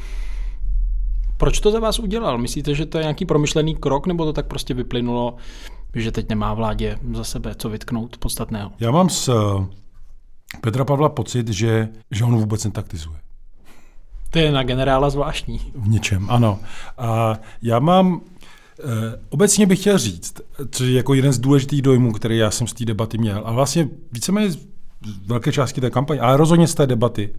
A: proč to za vás udělal? Myslíte, že to je nějaký promyšlený krok, nebo to tak prostě vyplynulo, že teď nemá vládě za sebe co vytknout podstatného?
B: Já mám z Petra Pavla pocit, že, že on vůbec netaktizuje.
A: To je na generála zvláštní.
B: V něčem, ano. A já mám, eh, obecně bych chtěl říct, co je jako jeden z důležitých dojmů, který já jsem z té debaty měl, a vlastně víceméně z velké části té kampaně, ale rozhodně z té debaty,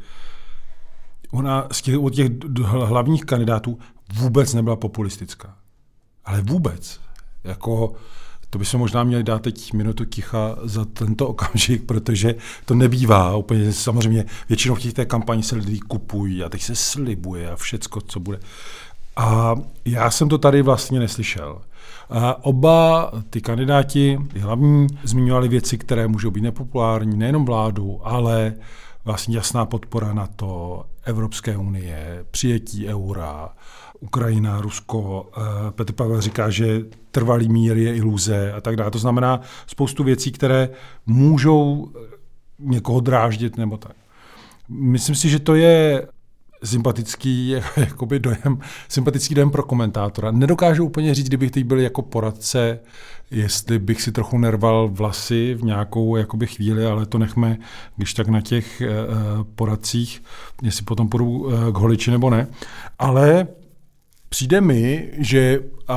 B: ona z těch, od těch hlavních kandidátů vůbec nebyla populistická. Ale vůbec. Jako, to bychom možná měli dát teď minutu ticha za tento okamžik, protože to nebývá úplně. Samozřejmě většinou v té kampani se lidi kupují a teď se slibuje a všecko, co bude. A já jsem to tady vlastně neslyšel. A oba ty kandidáti, ty hlavní, zmiňovali věci, které můžou být nepopulární, nejenom vládu, ale vlastně jasná podpora NATO, Evropské unie, přijetí eura, Ukrajina, Rusko. Petr Pavel říká, že trvalý mír je iluze a tak dále. To znamená spoustu věcí, které můžou někoho dráždit nebo tak. Myslím si, že to je sympatický jakoby dojem, sympatický dojem pro komentátora. Nedokážu úplně říct, kdybych teď byl jako poradce, jestli bych si trochu nerval vlasy v nějakou jakoby chvíli, ale to nechme, když tak na těch uh, poradcích, jestli potom půjdu uh, k holiči nebo ne. Ale přijde mi, že uh,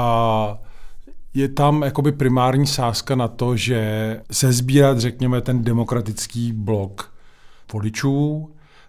B: je tam jakoby primární sázka na to, že se sbírat, řekněme, ten demokratický blok voličů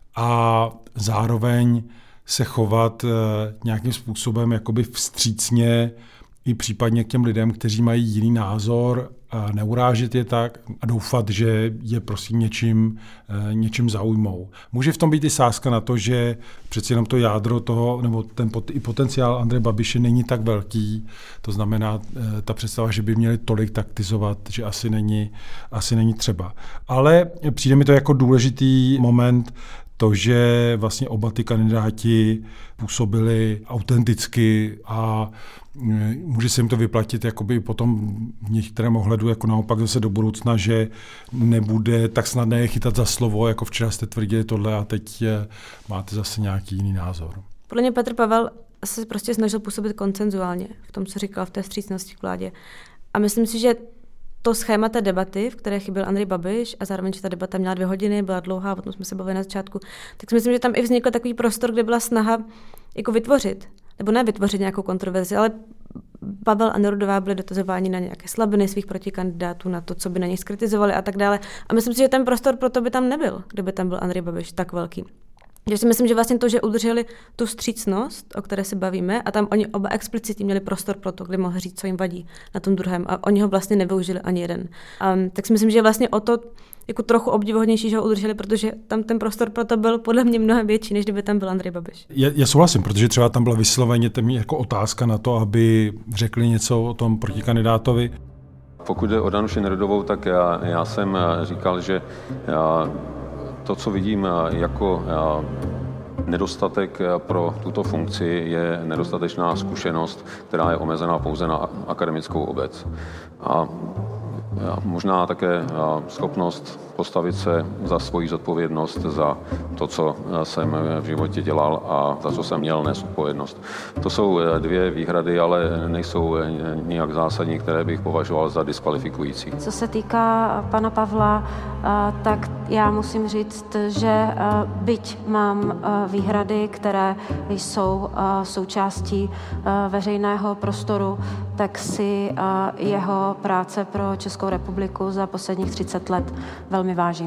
B: a zároveň se chovat uh, nějakým způsobem jakoby vstřícně i případně k těm lidem, kteří mají jiný názor, a neurážet je tak a doufat, že je prosím něčím, uh, něčím zaujmou. Může v tom být i sázka na to, že přeci jenom to jádro toho, nebo ten pot, i potenciál Andreje Babiše není tak velký, to znamená uh, ta představa, že by měli tolik taktizovat, že asi není, asi není třeba. Ale přijde mi to jako důležitý moment, to, že vlastně oba ty kandidáti působili autenticky a může se jim to vyplatit jakoby potom v některém ohledu jako naopak zase do budoucna, že nebude tak snadné je chytat za slovo, jako včera jste tvrdili tohle a teď máte zase nějaký jiný názor.
C: Podle mě Petr Pavel se prostě snažil působit konsenzuálně v tom, co říkal v té vstřícnosti k vládě. A myslím si, že to schéma té debaty, v které chyběl Andrej Babiš a zároveň, že ta debata měla dvě hodiny, byla dlouhá, o tom jsme se bavili na začátku, tak si myslím, že tam i vznikl takový prostor, kde byla snaha jako vytvořit, nebo ne vytvořit nějakou kontroverzi, ale Pavel a Nerudová byli dotazováni na nějaké slabiny svých protikandidátů, na to, co by na nich skritizovali a tak dále. A myslím si, že ten prostor pro to by tam nebyl, kdyby tam byl Andrej Babiš tak velký. Já si myslím, že vlastně to, že udrželi tu vstřícnost, o které se bavíme, a tam oni oba explicitně měli prostor pro to, kdy mohli říct, co jim vadí na tom druhém, a oni ho vlastně nevyužili ani jeden. Um, tak si myslím, že je vlastně o to jako trochu obdivuhodnější, že ho udrželi, protože tam ten prostor pro to byl podle mě mnohem větší, než kdyby tam byl Andrej Babiš.
B: Já, já souhlasím, protože třeba tam byla vysloveně jako otázka na to, aby řekli něco o tom protikandidátovi.
I: Pokud jde o Danuši Nerudovou, tak já, já jsem říkal, že já, to, co vidím jako nedostatek pro tuto funkci, je nedostatečná zkušenost, která je omezená pouze na akademickou obec. A možná také schopnost postavit se za svoji zodpovědnost, za to, co jsem v životě dělal a za co jsem měl nést odpovědnost. To jsou dvě výhrady, ale nejsou nijak zásadní, které bych považoval za diskvalifikující.
H: Co se týká pana Pavla, tak já musím říct, že byť mám výhrady, které jsou součástí veřejného prostoru, tak si jeho práce pro Českou republiku za posledních třicet let velmi vážím.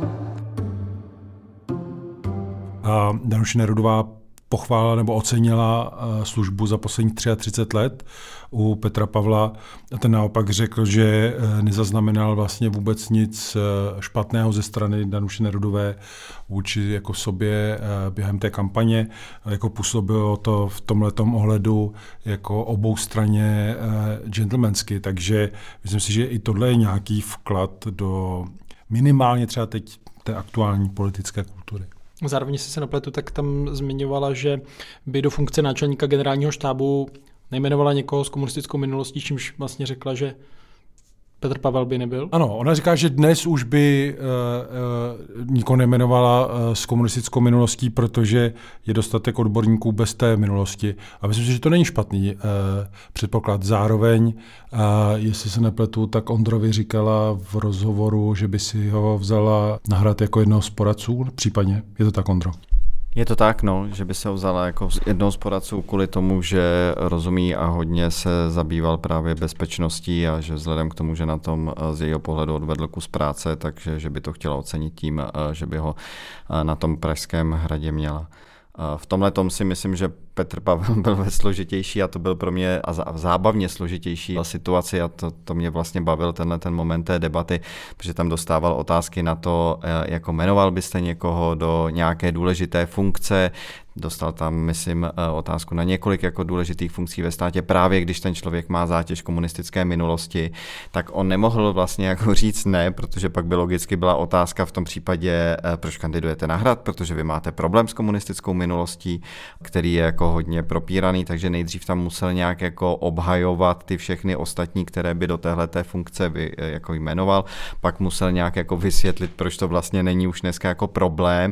B: A Danuše Nerudová pochválila nebo ocenila službu za posledních třicet tři let u Petra Pavla a ten naopak řekl, že nezaznamenal vlastně vůbec nic špatného ze strany Danuše Nerudové vůči jako sobě během té kampaně. Jako působilo to v tomhletom ohledu jako oboustranně gentlemansky, takže myslím si, že i tohle je nějaký vklad do minimálně třeba teď té aktuální politické kultury.
A: Zároveň, jestli se napletu, tak tam zmiňovala, že by do funkce náčelníka generálního štábu nejmenovala někoho s komunistickou minulostí, čímž vlastně řekla, že Petr Pavel by nebyl.
B: Ano, ona říká, že dnes už by uh, uh, nikoho nejmenovala uh, s komunistickou minulostí, protože je dostatek odborníků bez té minulosti. A myslím si, že to není špatný uh, předpoklad. Zároveň, uh, jestli se nepletu, tak Ondrovi říkala v rozhovoru, že by si ho vzala na hrad jako jednoho z poradců, případně. Je to tak, Ondro?
D: Je to tak, no, že by se vzala jako jednou z poradců kvůli tomu, že rozumí a hodně se zabýval právě bezpečností a že vzhledem k tomu, že na tom z jejího pohledu odvedl kus práce, takže že by to chtěla ocenit tím, že by ho na tom Pražském hradě měla. V tomhle tom si myslím, že Petr Pavel byl ve složitější a to byl pro mě a zábavně složitější situaci a to, to mě vlastně bavil tenhle ten moment té debaty, protože tam dostával otázky na to, jako jmenoval byste někoho do nějaké důležité funkce. Dostal tam, myslím, otázku na několik jako důležitých funkcí ve státě. Právě když ten člověk má zátěž komunistické minulosti, tak on nemohl vlastně jako říct ne, protože pak by logicky byla otázka v tom případě, proč kandidujete na hrad, protože vy máte problém s komunistickou minulostí, který je jako hodně propíraný, takže nejdřív tam musel nějak jako obhajovat ty všechny ostatní, které by do téhleté funkce by jako jmenoval. Pak musel nějak jako vysvětlit, proč to vlastně není už dneska jako problém.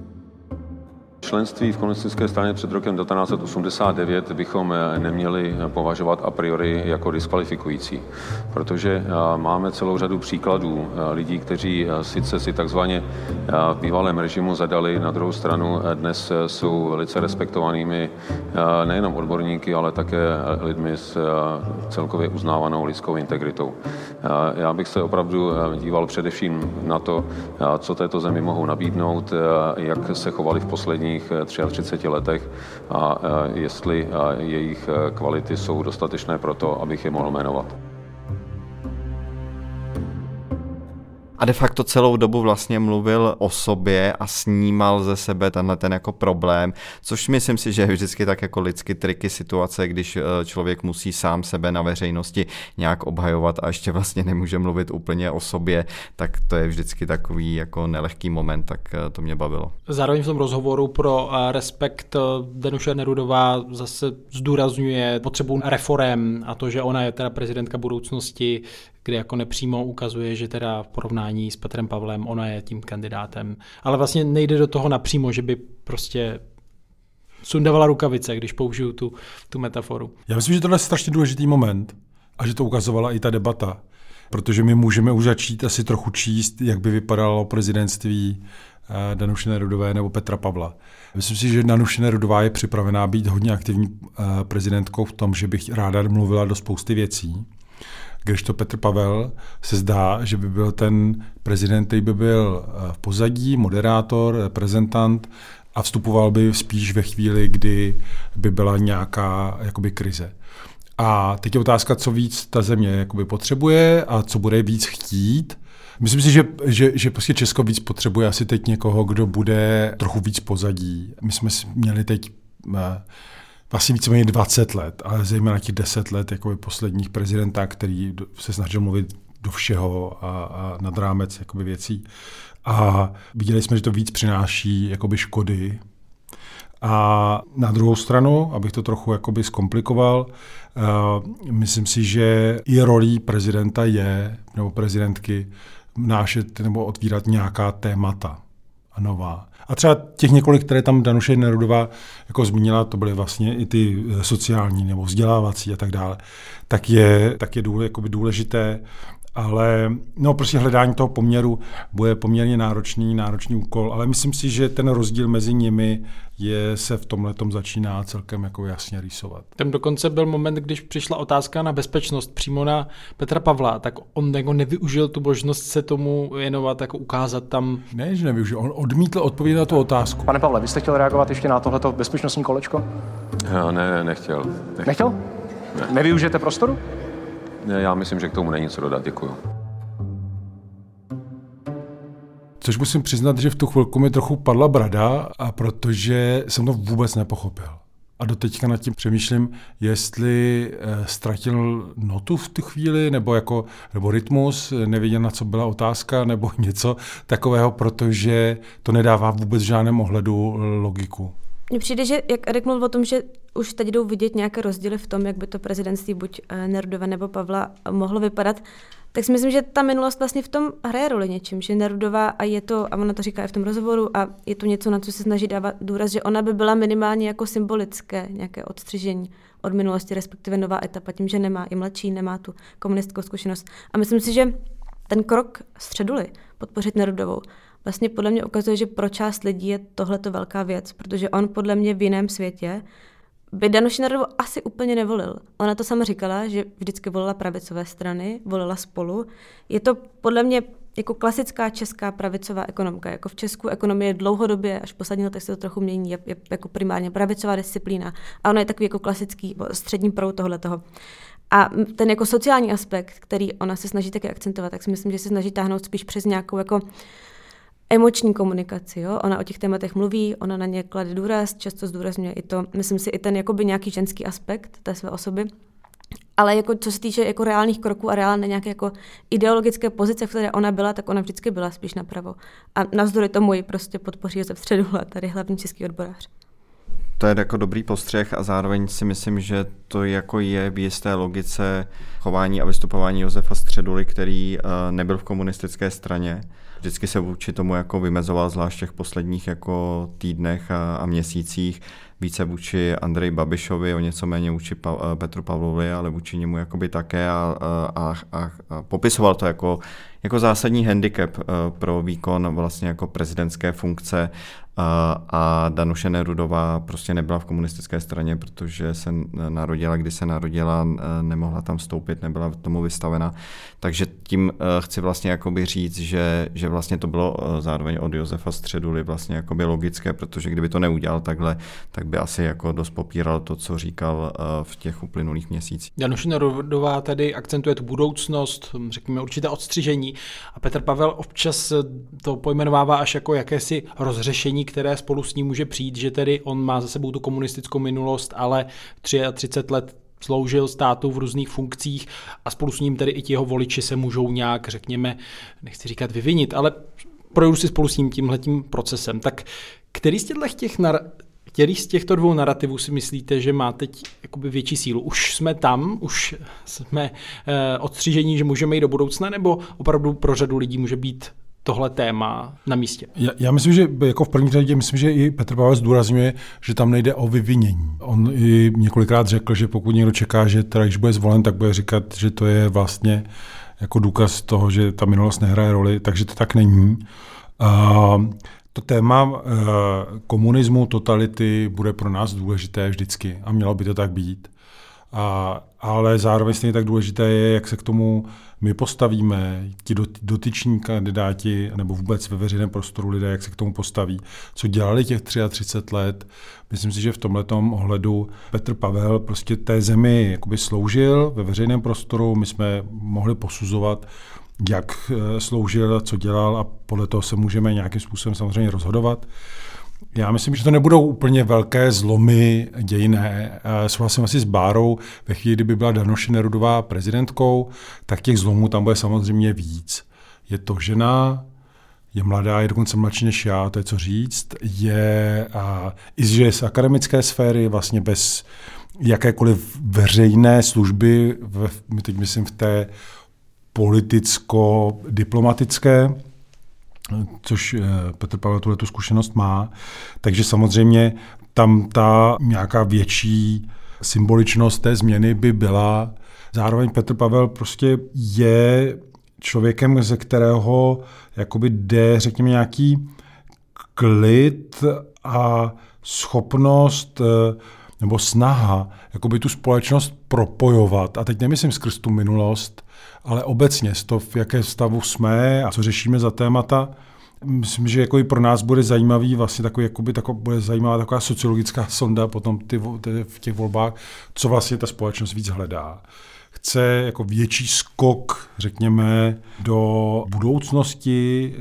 I: Členství v komunistické straně před rokem devatenáct set osmdesát devět bychom neměli považovat a priori jako diskvalifikující, protože máme celou řadu příkladů lidí, kteří sice si takzvaně v bývalém režimu zadali, na druhou stranu dnes jsou velice respektovanými nejenom odborníky, ale také lidmi s celkově uznávanou lidskou integritou. Já bych se opravdu díval především na to, co této zemi mohou nabídnout, jak se chovali v posledních třiceti třech letech a jestli jejich kvality jsou dostatečné pro to, abych je mohl jmenovat.
D: A de facto celou dobu vlastně mluvil o sobě a snímal ze sebe tenhle ten jako problém, což myslím si, že je vždycky tak jako lidsky triky situace, když člověk musí sám sebe na veřejnosti nějak obhajovat a ještě vlastně nemůže mluvit úplně o sobě, tak to je vždycky takový jako nelehký moment, tak to mě bavilo.
A: Zároveň v tom rozhovoru pro Respekt Danuše Nerudová zase zdůrazňuje potřebu reforem a to, že ona je teda prezidentka budoucnosti, kde jako nepřímo ukazuje, že teda v porovnání s Petrem Pavlem ona je tím kandidátem. Ale vlastně nejde do toho napřímo, že by prostě sundavala rukavice, když použiju tu, tu metaforu.
B: Já myslím, že tohle je strašně důležitý moment a že to ukazovala i ta debata, protože my můžeme už začít asi trochu číst, jak by vypadalo prezidentství Danuše Nerudové nebo Petra Pavla. Myslím si, že Danuše Nerudová je připravená být hodně aktivní prezidentkou v tom, že bych ráda mluvila do spousty věcí. Když to Petr Pavel se zdá, že by byl ten prezident, který by byl v pozadí, moderátor, reprezentant a vstupoval by spíš ve chvíli, kdy by byla nějaká jakoby krize. A teď je otázka, co víc ta země jakoby potřebuje a co bude víc chtít. Myslím si, že, že, že prostě Česko víc potřebuje asi teď někoho, kdo bude trochu víc pozadí. My jsme měli teď vlastně víceméně dvacet let, ale zejména těch deset let jako posledních prezidenta, který se snažil mluvit do všeho a, a nad rámec jakoby věcí. A viděli jsme, že to víc přináší jakoby škody. A na druhou stranu, abych to trochu jakoby zkomplikoval, uh, myslím si, že i rolí prezidenta je, nebo prezidentky, nášet nebo otvírat nějaká témata a nová. A třeba těch několik, které tam Danuše Nerudová jako zmínila, to byly vlastně i ty sociální nebo vzdělávací a tak dále, tak je, tak je důle, jakoby důležité, ale no prostě hledání toho poměru bude poměrně náročný, náročný úkol, ale myslím si, že ten rozdíl mezi nimi je, se v tomhletom začíná celkem jako jasně rýsovat.
A: Tam dokonce byl moment, když přišla otázka na bezpečnost přímo na Petra Pavla, tak on jako nevyužil tu možnost se tomu věnovat, jako ukázat tam.
B: Ne, že nevyužil, on odmítl odpovědět na tu otázku.
F: Pane Pavle, vy jste chtěl reagovat ještě na tohleto bezpečnostní kolečko?
I: Já ne, nechtěl. Nechtěl?
F: Nechtěl? Ne. Nevyužijete prostoru?
I: Ne, já myslím, že k tomu není co dodat. Děkuju.
B: Což musím přiznat, že v tu chvilku mi trochu padla brada, a protože jsem to vůbec nepochopil. A doteďka nad tím přemýšlím, jestli eh, ztratil notu v tu chvíli, nebo, jako, nebo rytmus, nevěděl, na co byla otázka, nebo něco takového, protože to nedává vůbec v žádném ohledu logiku.
C: Mně přijde, že jak Erik mluvil o tom, že už teď jdou vidět nějaké rozdíly v tom, jak by to prezidentství buď Nerudové nebo Pavla mohlo vypadat, tak si myslím, že ta minulost vlastně v tom hraje roli něčím, že Nerudová, a je to, a ona to říká i v tom rozhovoru, a je to něco, na co se snaží dávat důraz, že ona by byla minimálně jako symbolické nějaké odstřižení od minulosti, respektive nová etapa, tím, že nemá i mladší, nemá tu komunistickou zkušenost. A myslím si, že ten krok středuly podpořit Nerudovou vlastně podle mě ukazuje, že pro část lidí je tohleto velká věc, protože on podle mě v jiném světě by Danuši Nerudovou asi úplně nevolil. Ona to sama říkala, že vždycky volila pravicové strany, volila Spolu. Je to podle mě jako klasická česká pravicová ekonomka. Jako v Česku ekonomie dlouhodobě, až v posledních letech se to trochu mění, je, je jako primárně pravicová disciplína. A ona je takový jako klasický střední proud tohletoho. A ten jako sociální aspekt, který ona se snaží taky akcentovat, tak si myslím, že se snaží táhnout spíš přes nějakou jako emoční komunikaci. Jo? Ona o těch tématech mluví, ona na ně klade důraz, často zdůrazňuje i to, myslím si, i ten jakoby nějaký ženský aspekt té své osoby. Ale jako, co se týče jako reálných kroků a reálné nějaké jako ideologické pozice, v které ona byla, tak ona vždycky byla spíš napravo. A navzdory tomu ji prostě podpoří Josef Středula, tady hlavní český odborář.
D: To je jako dobrý postřeh a zároveň si myslím, že to jako je v jisté logice chování a vystupování Josefa Středuly, který nebyl v komunistické straně. Vždycky se vůči tomu jako vymezoval, zvlášť v těch posledních jako týdnech a, a měsících, více vůči Andreji Babišovi, o něco méně vůči pa, Petru Pavlovi, ale vůči němu jakoby také a, a, a, a popisoval to jako, jako zásadní handicap pro výkon vlastně jako prezidentské funkce. A, a Danuše Nerudová prostě nebyla v komunistické straně, protože se narodila, kdy se narodila, nemohla tam vstoupit, nebyla tomu vystavena. Takže tím chci vlastně jakoby říct, že, že vlastně to bylo zároveň od Josefa Středuly vlastně jakoby logické, protože kdyby to neudělal takhle, tak by asi jako dost popíral to, co říkal v těch uplynulých měsících.
A: Danuše Nerudová tady akcentuje tu budoucnost, řekněme určité odstřižení, a Petr Pavel občas to pojmenovává až jako jakési rozřešení, které spolu s ním může přijít, že tedy on má za sebou tu komunistickou minulost, ale třicet tři let sloužil státu v různých funkcích a spolu s ním tedy i ti jeho voliči se můžou nějak, řekněme, nechci říkat vyvinit, ale projdou si spolu s ním tímhletím procesem. Tak který z těchto těch nar- který z těchto dvou narrativů si myslíte, že má teď jakoby větší sílu? Už jsme tam, už jsme eh, odstřižení, že můžeme jít do budoucna, nebo opravdu pro řadu lidí může být tohle téma na místě?
B: Já, já myslím, že jako v první řadě, myslím, že i Petr Pavel zdůrazňuje, že tam nejde o vyvinění. On i několikrát řekl, že pokud někdo čeká, že teda, když bude zvolen, tak bude říkat, že to je vlastně jako důkaz toho, že ta minulost nehraje roli, takže to tak není. Uh, to téma uh, komunismu, totality bude pro nás důležité vždycky a mělo by to tak být. A, ale zároveň stejně tak důležité je, jak se k tomu my postavíme, ti dotyční kandidáti, nebo vůbec ve veřejném prostoru lidé, jak se k tomu postaví, co dělali těch třicet tři let. Myslím si, že v tomhletom ohledu Petr Pavel prostě té zemi jakoby sloužil ve veřejném prostoru, my jsme mohli posuzovat, jak sloužil, co dělal, a podle toho se můžeme nějakým způsobem samozřejmě rozhodovat. Já myslím, že to nebudou úplně velké zlomy dějinné. Souhlasím asi s Bárou, ve chvíli, kdyby byla Danuše Nerudová prezidentkou, tak těch zlomů tam bude samozřejmě víc. Je to žena, je mladá, je dokonce mladší než já, to je co říct. Je a, i že je z akademické sféry, vlastně bez jakékoliv veřejné služby, v, teď myslím v té politicko-diplomatické, což Petr Pavel tuhletu zkušenost má. Takže samozřejmě tam ta nějaká větší symboličnost té změny by byla. Zároveň Petr Pavel prostě je člověkem, ze kterého jakoby jde, řekněme, nějaký klid a schopnost nebo snaha jakoby tu společnost propojovat. A teď nemyslím skrz tu minulost, ale obecně z toho, v jaké stavu jsme a co řešíme za témata. Myslím, že jako i pro nás bude zajímavý, vlastně takový, jakoby, taková, bude zajímavá taková sociologická sonda potom ty, ty, v těch volbách, co vlastně ta společnost víc hledá. Chce jako větší skok, řekněme, do budoucnosti,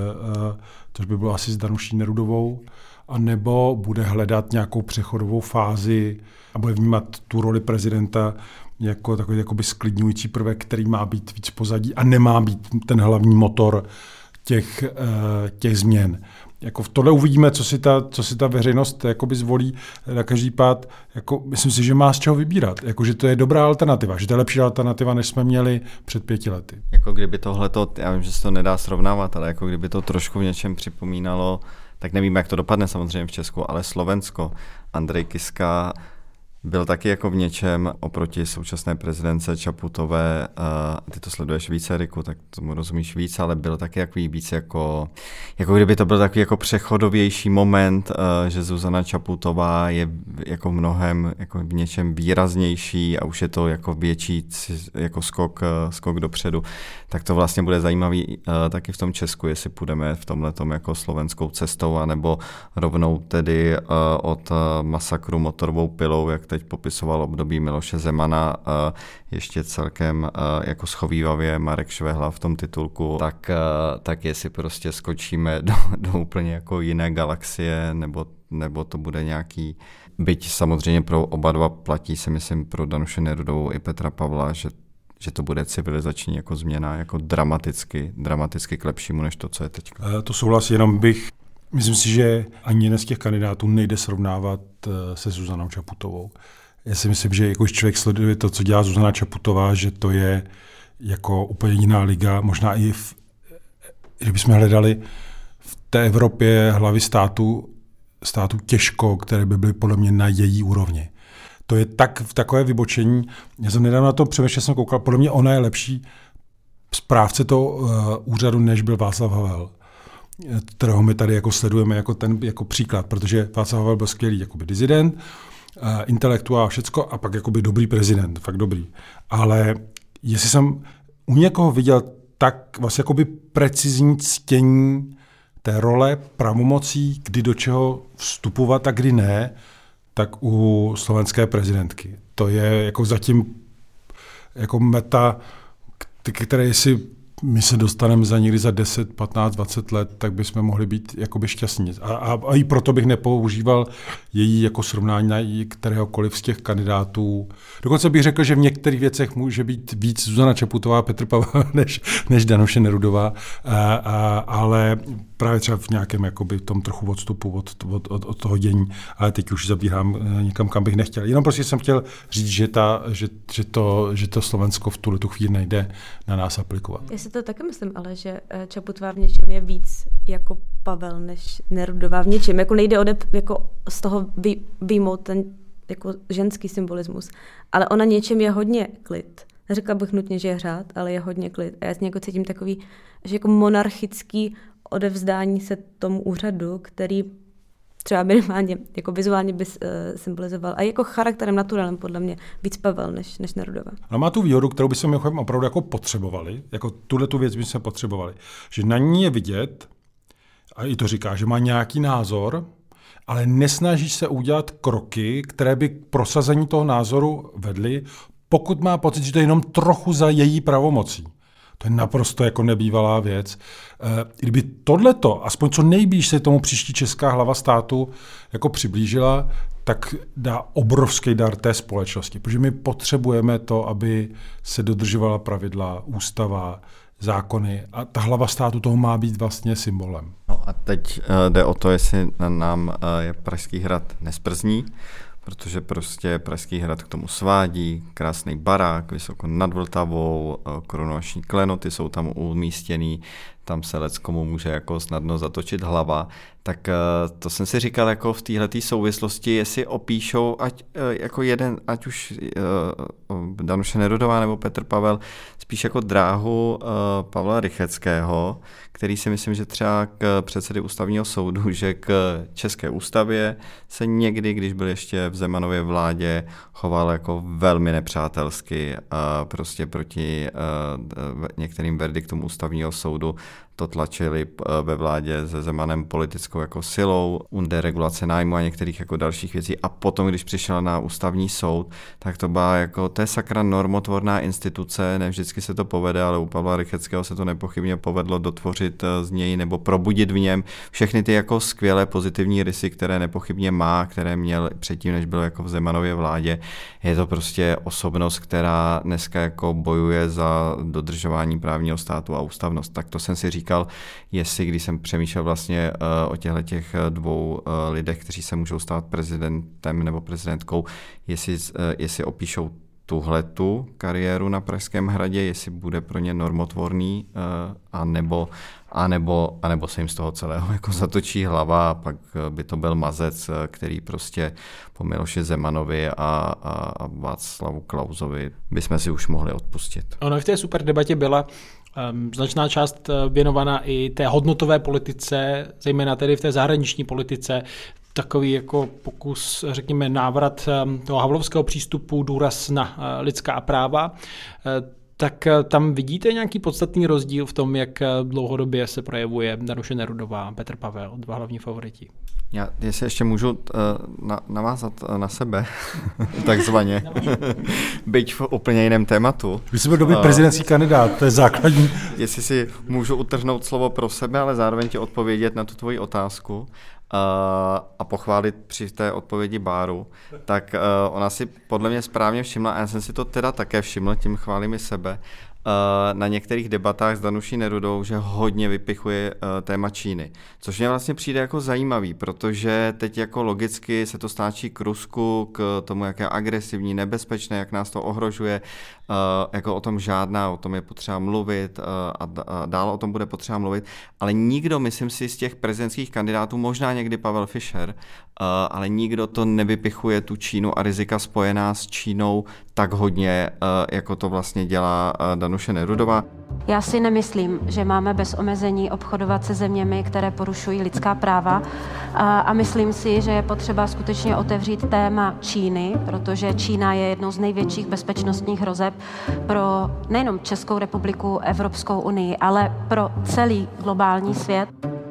B: což by bylo asi s Danuší Nerudovou, anebo bude hledat nějakou přechodovou fázi a bude vnímat tu roli prezidenta jako takový jakoby sklidňující prvek, který má být víc pozadí a nemá být ten hlavní motor těch, těch změn. Jako v tohle uvidíme, co si ta, co si ta veřejnost jakoby zvolí na každý pád. Jako, myslím si, že má z čeho vybírat. Jako, že to je dobrá alternativa, že to je lepší alternativa, než jsme měli před pěti lety.
D: Jako kdyby tohleto, já vím, že se to nedá srovnávat, ale jako kdyby to trošku v něčem připomínalo, tak nevím, jak to dopadne samozřejmě v Česku, ale Slovensko. Andrej Kiska byl taky jako v něčem oproti současné prezidence Čaputové, uh, ty to sleduješ víc, Eriku, tak tomu rozumíš víc, ale byl taky jako víc jako, jako kdyby to byl takový jako přechodovější moment, uh, že Zuzana Čaputová je jako mnohem jako v něčem výraznější a už je to jako větší jako skok, uh, skok dopředu. Tak to vlastně bude zajímavý uh, taky v tom Česku, jestli půjdeme v tomhletom jako slovenskou cestou, anebo rovnou tedy uh, od uh, masakru motorovou pilou, jak teď popisoval období Miloše Zemana, ještě celkem jako schovívavě Marek Švehla v tom titulku, tak, tak jestli prostě skočíme do, do úplně jako jiné galaxie, nebo, nebo to bude nějaký, byť samozřejmě pro oba dva platí, si myslím, pro Danuši Nerudovou i Petra Pavla, že že to bude civilizační jako změna, jako dramaticky, dramaticky k lepšímu, než to, co je teď.
B: To souhlasí, jenom bych myslím si, že ani jeden z těch kandidátů nejde srovnávat se Zuzanou Čaputovou. Já si myslím, že jako člověk sleduje to, co dělá Zuzana Čaputová, že to je jako úplně jiná liga. Možná i, v, kdybychom hledali v té Evropě hlavy státu, státu těžko, které by byly podle mě na její úrovni. To je tak v takové vybočení. Já jsem nedávno na to přemýšlel, jsem koukal, podle mě ona je lepší správce toho uh, úřadu, než byl Václav Havel, kterého my tady jako sledujeme jako ten jako příklad, protože Václav Havel byl skvělý jakoby dizident, uh, intelektuál, všecko a pak jakoby dobrý prezident, fakt dobrý. Ale jestli jsem u někoho viděl tak vlastně jakoby precizní ctění té role, pravomocí, kdy do čeho vstupovat a kdy ne, tak u slovenské prezidentky. To je jako zatím jako meta, které si my se dostaneme za někdy za deset, patnáct, dvacet let, tak bychom mohli být jakoby šťastní. A, a, a i proto bych nepoužíval její jako srovnání na kteréhokoliv z těch kandidátů. Dokonce bych řekl, že v některých věcech může být víc Zuzana Čaputová, Petr Pavel, než, než Danuše Nerudová, a, a, ale právě třeba v nějakém jakoby tom trochu odstupu od, od, od, od toho dění, ale teď už zabíhám někam, kam bych nechtěl. Jenom prostě jsem chtěl říct, že, ta, že, že, to, že to Slovensko v tuhle tu chvíli nejde na nás aplikovat.
C: Já si to taky myslím, ale že Čaputová v něčem je víc jako Pavel než Nerudová v něčem. Jako nejde odep, jako z toho vy, vyjmout ten jako ženský symbolismus, ale ona něčem je hodně klid. Neřekla bych nutně, že je řád, ale je hodně klid. A já jako cítím takový, že jako monarchický odevzdání se tomu úřadu, který třeba minimálně jako vizuálně by uh, symbolizoval a jako charakterem naturálem podle mě víc Pavel než, než Nerudová.
B: A má tu výhodu, kterou bychom opravdu jako potřebovali, jako tuhle tu věc bychom potřebovali, že na ní je vidět, a i to říká, že má nějaký názor, ale nesnaží se udělat kroky, které by k prosazení toho názoru vedly, pokud má pocit, že to je jenom trochu za její pravomocí. To je naprosto jako nebývalá věc. Kdyby tohleto, aspoň co nejblíž se tomu příští česká hlava státu jako přiblížila, tak dá obrovský dar té společnosti. Protože my potřebujeme to, aby se dodržovala pravidla, ústava, zákony a ta hlava státu toho má být vlastně symbolem.
D: No a teď jde o to, jestli nám je Pražský hrad nesprzní, protože prostě Pražský hrad k tomu svádí, krásný barák, vysoko nad Vltavou, korunovační klenoty jsou tam umístěný, tam se leckomu může jako snadno zatočit hlava, tak to jsem si říkal jako v téhletý souvislosti, jestli opíšou, ať jako jeden, ať už Danuše Nerudová nebo Petr Pavel, spíš jako dráhu Pavla Rychetského, který si myslím, že třeba k předsedy ústavního soudu, že k České ústavě se někdy, když byl ještě v Zemanově vládě, choval jako velmi nepřátelsky a prostě proti některým verdiktům ústavního soudu to tlačili ve vládě se Zemanem politickou jako silou, deregulace nájmu a některých jako dalších věcí. A potom, když přišel na ústavní soud, tak to byla jako, to je sakra normotvorná instituce, ne vždycky se to povede, ale u Pavla Rychetského se to nepochybně povedlo dotvořit z něj nebo probudit v něm všechny ty jako skvělé pozitivní rysy, které nepochybně má, které měl předtím, než byl jako v Zemanově vládě. Je to prostě osobnost, která dneska jako bojuje za dodržování právního státu a ústavnost. Tak to jsem si říkal, jestli, když jsem přemýšlel vlastně uh, o těchto těch dvou uh, lidech, kteří se můžou stát prezidentem nebo prezidentkou, jestli, uh, jestli opíšou tuhletu kariéru na Pražském hradě, jestli bude pro ně normotvorný, uh, anebo, anebo, anebo se jim z toho celého jako zatočí hlava a pak by to byl mazec, který prostě po Miloši Zemanovi a, a, a Václavu Klausovi bychom si už mohli odpustit.
A: Ono v té super debatě byla Um, značná část věnovaná i té hodnotové politice, zejména tedy v té zahraniční politice, takový jako pokus, řekněme, návrat um, toho havlovského přístupu, důraz na uh, lidská práva. Uh, tak uh, tam vidíte nějaký podstatný rozdíl v tom, jak uh, dlouhodobě se projevuje Danuše Nerudová, Petr Pavel, dva hlavní favoriti?
D: Já, jestli ještě můžu uh, na, navázat na sebe, takzvaně, byť v úplně jiném tématu.
B: Vy jsi byl dobrý prezidentský uh, kandidát, to je základní.
D: Jestli si můžu utrhnout slovo pro sebe, ale zároveň ti odpovědět na tu tvoji otázku uh, a pochválit při té odpovědi Báru, tak uh, ona si podle mě správně všimla, a já jsem si to teda také všiml, tím chválím i sebe, na některých debatách s Danuší Nerudou, že hodně vypichuje téma Číny. Což mě vlastně přijde jako zajímavý, protože teď jako logicky se to stáčí k Rusku, k tomu, jak je agresivní, nebezpečné, jak nás to ohrožuje, jako o tom žádná, o tom je potřeba mluvit a dál o tom bude potřeba mluvit, ale nikdo, myslím si, z těch prezidentských kandidátů, možná někdy Pavel Fischer, ale nikdo to nevypichuje tu Čínu a rizika spojená s Čínou tak hodně, jako to vlastně dělá Danuše Nerudová.
H: Já si nemyslím, že máme bez omezení obchodovat se zeměmi, které porušují lidská práva a, a myslím si, že je potřeba skutečně otevřít téma Číny, protože Čína je jednou z největších bezpečnostních hrozeb pro nejenom Českou republiku, Evropskou unii, ale pro celý globální svět.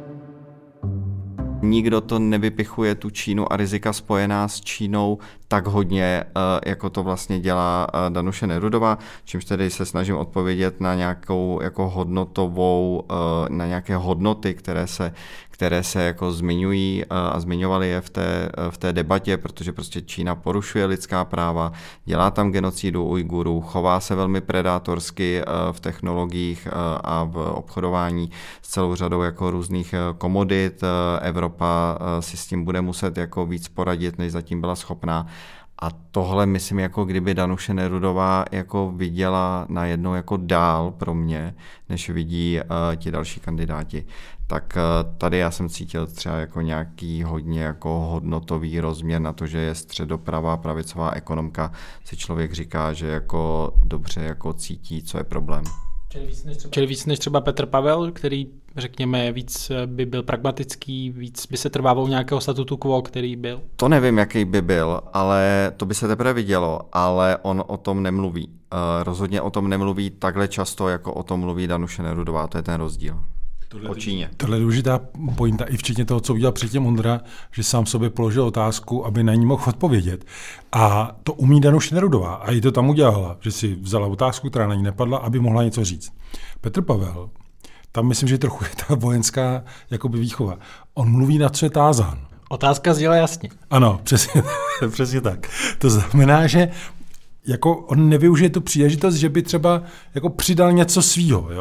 D: Nikdo to nevypichuje tu Čínu a rizika spojená s Čínou tak hodně, jako to vlastně dělá Danuše Nerudová, čímž tedy se snažím odpovědět na nějakou jako hodnotovou, na nějaké hodnoty, které se, které se jako zmiňují a zmiňovaly je v té, v té debatě, protože prostě Čína porušuje lidská práva, dělá tam genocidu Ujgurů, chová se velmi predátorsky v technologiích a v obchodování s celou řadou jako různých komodit. Evropa si s tím bude muset jako víc poradit, než zatím byla schopná. A tohle myslím, jako kdyby Danuše Nerudová jako viděla najednou jako dál pro mě, než vidí uh, ti další kandidáti. Tak uh, tady já jsem cítil třeba jako nějaký hodně jako hodnotový rozměr na to, že je středopravá pravicová ekonomka, si člověk říká, že jako dobře jako cítí, co je problém.
A: Čili víc, než třeba, Čili víc než třeba Petr Pavel, který, řekněme, víc by byl pragmatický, víc by se trvával nějakého statutu quo, který byl?
D: To nevím, jaký by byl, ale to by se teprve vidělo, ale on o tom nemluví. Uh, rozhodně o tom nemluví takhle často, jako o tom mluví Danuše Nerudová, to je ten rozdíl.
B: Tohle,
D: o Číně.
B: Tohle je důležitá pointa, i včetně toho, co udělal předtím Ondra, že sám sobě položil otázku, aby na ní mohl odpovědět. A to umí Danuše Nerudová a i to tam udělala, že si vzala otázku, která na ní nepadla, aby mohla něco říct. Petr Pavel, tam myslím, že trochu je ta vojenská jakoby výchova. On mluví, na co je tázán.
A: Otázka zněla jasně.
B: Ano, přesně, přesně tak. To znamená, že jako on nevyužije tu příležitost, že by třeba jako přidal něco svýho, jo?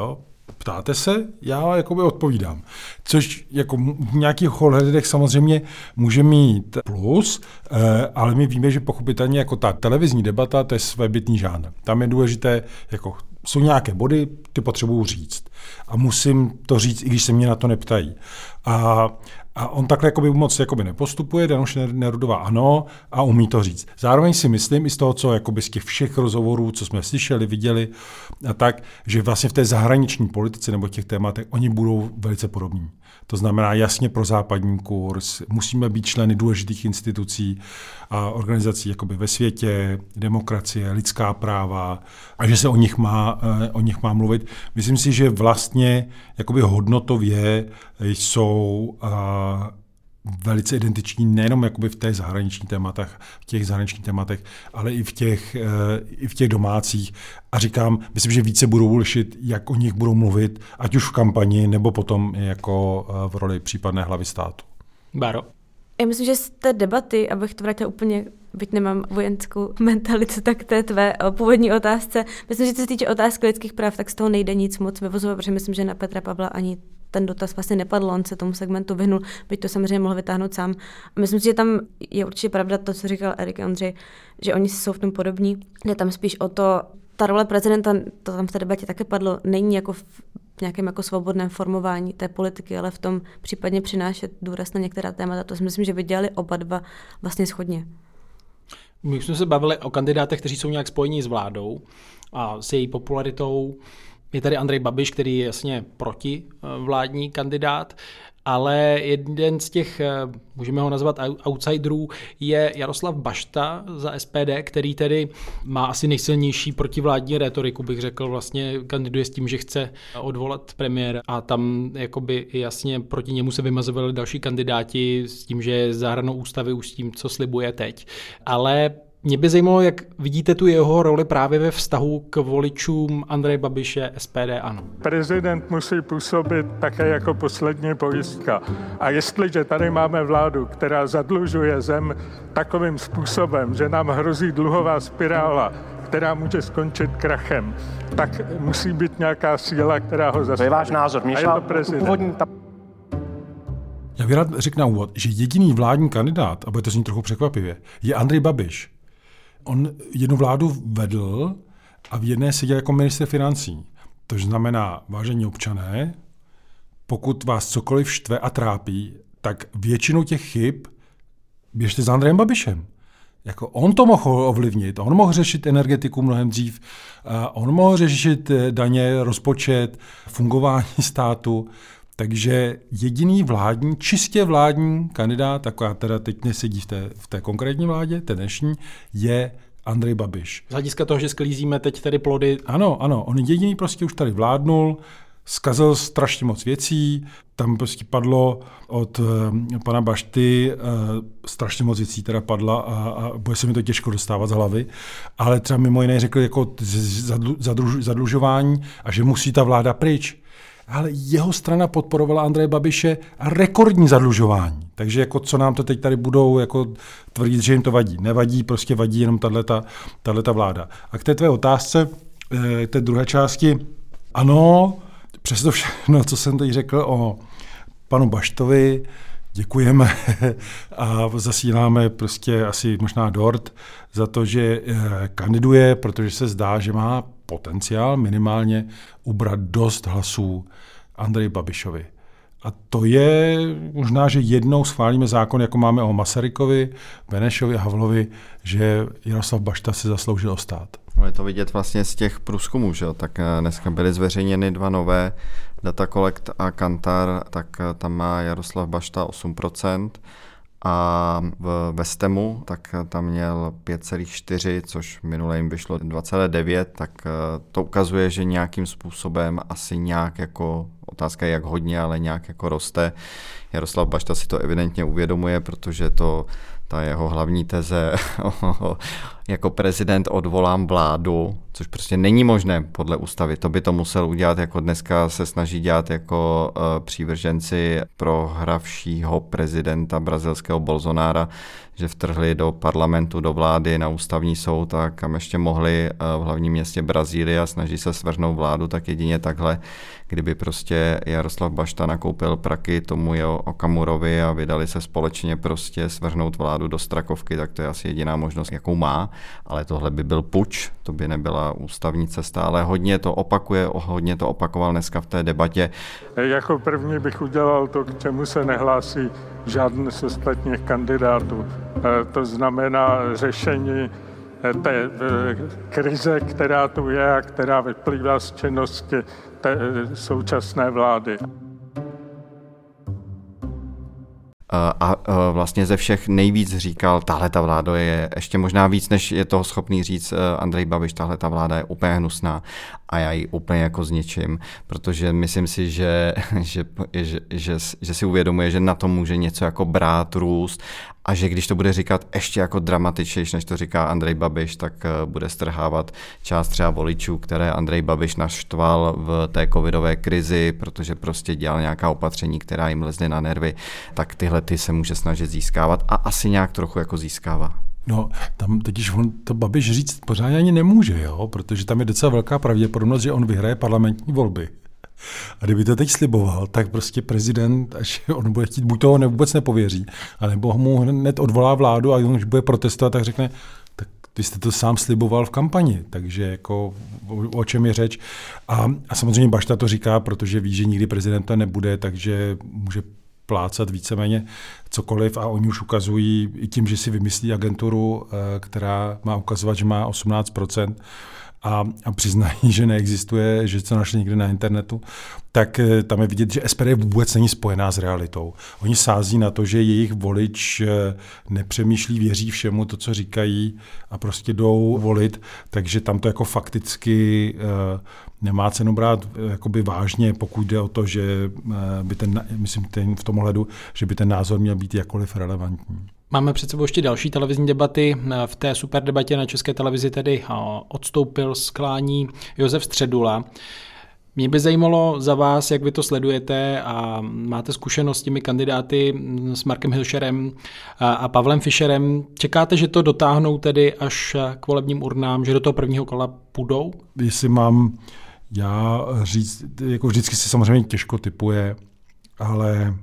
B: Ptáte se, já jakoby odpovídám. Což jako v nějakých ohledech samozřejmě může mít plus, ale my víme, že pochopitelně jako ta televizní debata, to je svébytný žánr. Tam je důležité, jako jsou nějaké body, ty potřebuju říct. A musím to říct, i když se mě na to neptají. A A on takhle jakoby moc jakoby nepostupuje, Danuše Nerudová ano, a umí to říct. Zároveň si myslím i z toho, co jakoby z těch všech rozhovorů, co jsme slyšeli, viděli, a tak, že vlastně v té zahraniční politice nebo těch tématech oni budou velice podobní. To znamená jasně pro západní kurz, musíme být členy důležitých institucí a organizací jakoby ve světě, demokracie, lidská práva a že se o nich má, o nich má mluvit. Myslím si, že vlastně jakoby hodnotově jsou a, velice identiční nejenom jakoby v těch zahraničních tématech, v těch zahraničních tématech, ale i v těch, i v těch domácích. A říkám, myslím, že více budou lišit, jak o nich budou mluvit, ať už v kampani, nebo potom jako v roli případné hlavy státu.
A: Báro?
C: Já myslím, že z té debaty, abych to vrátila úplně, byť nemám vojenskou mentalitu, tak té tvé původní otázce. Myslím, že co se týče otázky lidských práv, tak z toho nejde nic moc vyvozovat, protože myslím, že na Petra Pavla ani ten dotaz vlastně nepadl, on se tomu segmentu vyhnul, byť to samozřejmě mohl vytáhnout sám. A myslím si, že tam je určitě pravda to, co říkal Erik Ondřej, že oni jsou v tom podobní. Jde tam spíš o to, ta role prezidenta, to tam v té debatě také padlo, není jako v nějakém jako svobodném formování té politiky, ale v tom případně přinášet důraz na některá témata. To si myslím, že by dělali oba dva vlastně shodně.
A: My jsme se bavili o kandidátech, kteří jsou nějak spojení s vládou a s její popularitou. Je tady Andrej Babiš, který je jasně protivládní kandidát, ale jeden z těch, můžeme ho nazvat outsiderů, je Jaroslav Bašta za S P D, který tedy má asi nejsilnější protivládní retoriku, bych řekl, vlastně kandiduje s tím, že chce odvolat premiéra a tam jakoby jasně proti němu se vymazovali další kandidáti s tím, že je za hranou ústavy už s tím, co slibuje teď. Ale mě by zajímalo, jak vidíte tu jeho roli právě ve vztahu k voličům Andreje Babiše, S P D, ANO.
L: Prezident musí působit také jako poslední pojistka. A jestliže tady máme vládu, která zadlužuje zem takovým způsobem, že nám hrozí dluhová spirála, která může skončit krachem, tak musí být nějaká síla, která ho zastaví.
F: To je váš názor. Mě šla původní...
B: Já bych rád řekl na úvod, že jediný vládní kandidát, a bude to znít trochu překvapivě, je Andrej Babiš. On jednu vládu vedl a v jedné seděl jako ministr financí. To znamená, vážení občané, pokud vás cokoliv štve a trápí, tak většinu těch chyb běžte za Andrejem Babišem. Jako on to mohl ovlivnit, on mohl řešit energetiku mnohem dřív, on mohl řešit daně, rozpočet, fungování státu. Takže jediný vládní, čistě vládní kandidát, taková teda teď nesedí v té, v té konkrétní vládě, té dnešní, je Andrej Babiš.
A: Z hlediska toho, že sklízíme teď tedy plody.
B: Ano, ano, on jediný prostě už tady vládnul, zkazil strašně moc věcí, tam prostě padlo od uh, pana Bašty, uh, strašně moc věcí teda padla a, a bude se mi to těžko dostávat z hlavy, ale třeba mimo jiné řekl jako zadlu, zadluž, zadlužování a že musí ta vláda pryč. Ale jeho strana podporovala Andreje Babiše a rekordní zadlužování. Takže jako co nám to teď tady budou jako tvrdit, že jim to vadí. Nevadí, prostě vadí jenom tato vláda. A k té tvé otázce, té druhé části, ano, přes to všechno, co jsem teď řekl o panu Baštovi, děkujeme a zasíláme prostě asi možná dort za to, že kandiduje, protože se zdá, že má potenciál minimálně ubrat dost hlasů Andreji Babišovi. A to je možná, že jednou schválíme zákon, jako máme o Masarykovi, Benešovi a Havlovi, že Jaroslav Bašta si zasloužil o stát.
D: Je to vidět vlastně z těch průzkumů, že? Tak dneska byly zveřejněny dva nové, Datakolekt a Kantar, tak tam má Jaroslav Bašta osm procent a ve STEMu tak tam měl pět celá čtyři, což minule jim vyšlo dva celá devět, tak to ukazuje, že nějakým způsobem asi nějak jako, otázka je jak hodně, ale nějak jako roste. Jaroslav Bašta si to evidentně uvědomuje, protože to ta jeho hlavní teze jako prezident odvolám vládu, což prostě není možné podle ústavy. To by to musel udělat, jako dneska se snaží dělat jako uh, přívrženci prohravšího prezidenta brazilského Bolsonára, že vtrhli do parlamentu, do vlády, na ústavní soud a kam ještě mohli uh, v hlavním městě Brazílie a snaží se svrhnout vládu, tak jedině takhle, kdyby prostě Jaroslav Bašta nakoupil praky tomu jeho Okamurovi a vydali se společně prostě svrhnout vládu do Strakovky, tak to je asi jediná možnost, jakou má, ale tohle by byl puč, to by nebyla ústavní cesta, ale hodně to opakuje, hodně to opakoval dneska v té debatě.
L: Jako první bych udělal to, k čemu se nehlásí žádný z ostatních kandidátů. To znamená řešení té krize, která tu je a která vyplývá z činnosti té současné vlády.
D: A vlastně ze všech nejvíc říkal, tahle ta vláda je ještě možná víc, než je toho schopný říct Andrej Babiš, tahle ta vláda je úplně hnusná a já ji úplně jako zničím, protože myslím si, že, že, že, že, že si uvědomuje, že na tom může něco jako brát, růst a že když to bude říkat ještě jako dramatičnější, než to říká Andrej Babiš, tak bude strhávat část třeba voličů, které Andrej Babiš naštval v té covidové krizi, protože prostě dělal nějaká opatření, která jim lezly na nervy, tak tyhle ty se může snažit získávat a asi nějak trochu jako získává.
B: No, tam totiž on to Babiš říct pořádně ani nemůže, jo? Protože tam je docela velká pravděpodobnost, že on vyhraje parlamentní volby. A kdyby to teď sliboval, tak prostě prezident, až on bude chtít, buď toho vůbec nepověří, anebo mu hned odvolá vládu a když bude protestovat, tak řekne, tak vy jste to sám sliboval v kampani, takže jako o, o čem je řeč. A, a samozřejmě Bašta to říká, protože ví, že nikdy prezidenta nebude, takže může plácat víceméně cokoliv a oni už ukazují i tím, že si vymyslí agenturu, která má ukazovat, že má osmnáct procent a, a přiznají, že neexistuje, že to našli někde na internetu, tak tam je vidět, že S P D vůbec není spojená s realitou. Oni sází na to, že jejich volič nepřemýšlí, věří všemu to, co říkají a prostě jdou volit, takže tam to jako fakticky nemá cenu brát jakoby vážně, pokud jde o to, že by ten, myslím ten, v tom ohledu, že by ten názor měl být jakkoliv relevantní.
A: Máme před sebou ještě další televizní debaty. V té super debatě na České televizi tedy odstoupil z klání Josef Středula. Mě by zajímalo za vás, jak vy to sledujete a máte zkušenost s těmi kandidáty s Markem Hilšerem a Pavlem Fischerem. Čekáte, že to dotáhnou tedy až k volebním urnám, že do toho prvního kola půjdou?
B: Jestli mám já říct, jako vždycky se samozřejmě těžko tipuje, ale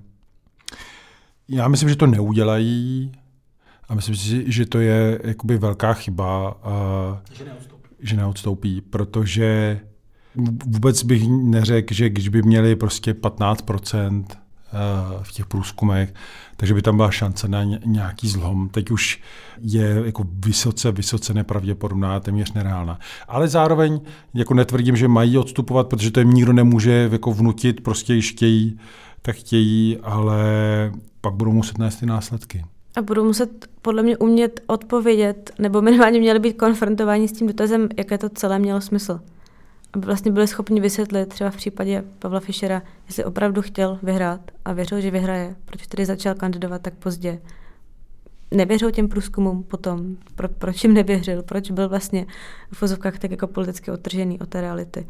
B: já myslím, že to neudělají a myslím si, že to je jakoby velká chyba,
A: že neodstoupí.
B: že neodstoupí, protože vůbec bych neřekl, že když by měli prostě patnáct procent v těch průzkumech, takže by tam byla šance na nějaký zlom. Teď už je jako vysoce, vysoce nepravděpodobná, téměř nereálná. Ale zároveň jako netvrdím, že mají odstupovat, protože to jim nikdo nemůže jako vnutit, prostě již chtějí, tak chtějí, ale pak budou muset nést ty následky.
C: A budou muset podle mě umět odpovědět, nebo minimálně měli být konfrontováni s tím dotazem, jaké to celé mělo smysl. Aby vlastně byli schopni vysvětlit třeba v případě Pavla Fischera, jestli opravdu chtěl vyhrát a věřil, že vyhraje, proč tedy začal kandidovat tak pozdě. Nevěřil těm průzkumům potom, pro, proč jim nevěřil, proč byl vlastně v vozovkách tak jako politicky odtržený od té reality.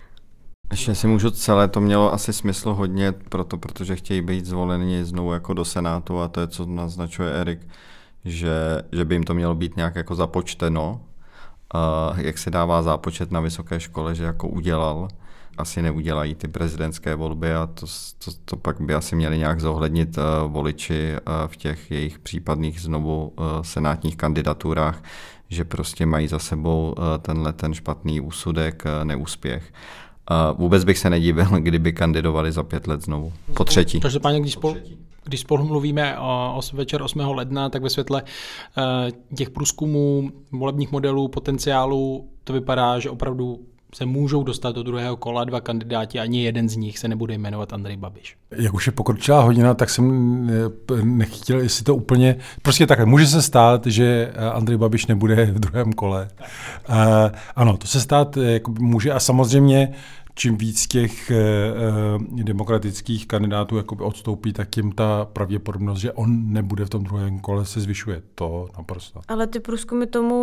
D: Ještě si můžu, celé to mělo asi smysl hodně, proto, protože chtějí být zvoleni znovu jako do Senátu a to je, co naznačuje Erik, že, že by jim to mělo být nějak jako započteno, uh, jak se dává zápočet na vysoké škole, že jako udělal, asi neudělají ty prezidentské volby a to, to, to pak by asi měli nějak zohlednit uh, voliči uh, v těch jejich případných znovu uh, senátních kandidaturách, že prostě mají za sebou uh, tenhle ten špatný úsudek, uh, neúspěch. Uh, vůbec bych se nedivil, kdyby kandidovali za pět let znovu. Po třetí.
A: Každopádně, když spolu, když spolu mluvíme o, o večer osmého ledna, tak ve světle uh, těch průzkumů, volebních modelů, potenciálu, to vypadá, že opravdu se můžou dostat do druhého kola dva kandidáti, ani jeden z nich se nebude jmenovat Andrej Babiš.
B: Jak už je pokročilá hodina, tak jsem nechtěl, jestli to úplně... Prostě takhle, může se stát, že Andrej Babiš nebude v druhém kole. Uh, ano, to se stát jako může a samozřejmě čím víc těch uh, demokratických kandidátů jakoby odstoupí, tak jim ta pravděpodobnost, že on nebude v tom druhém kole, se zvyšuje. To naprosto.
C: Ale ty průzkumy tomu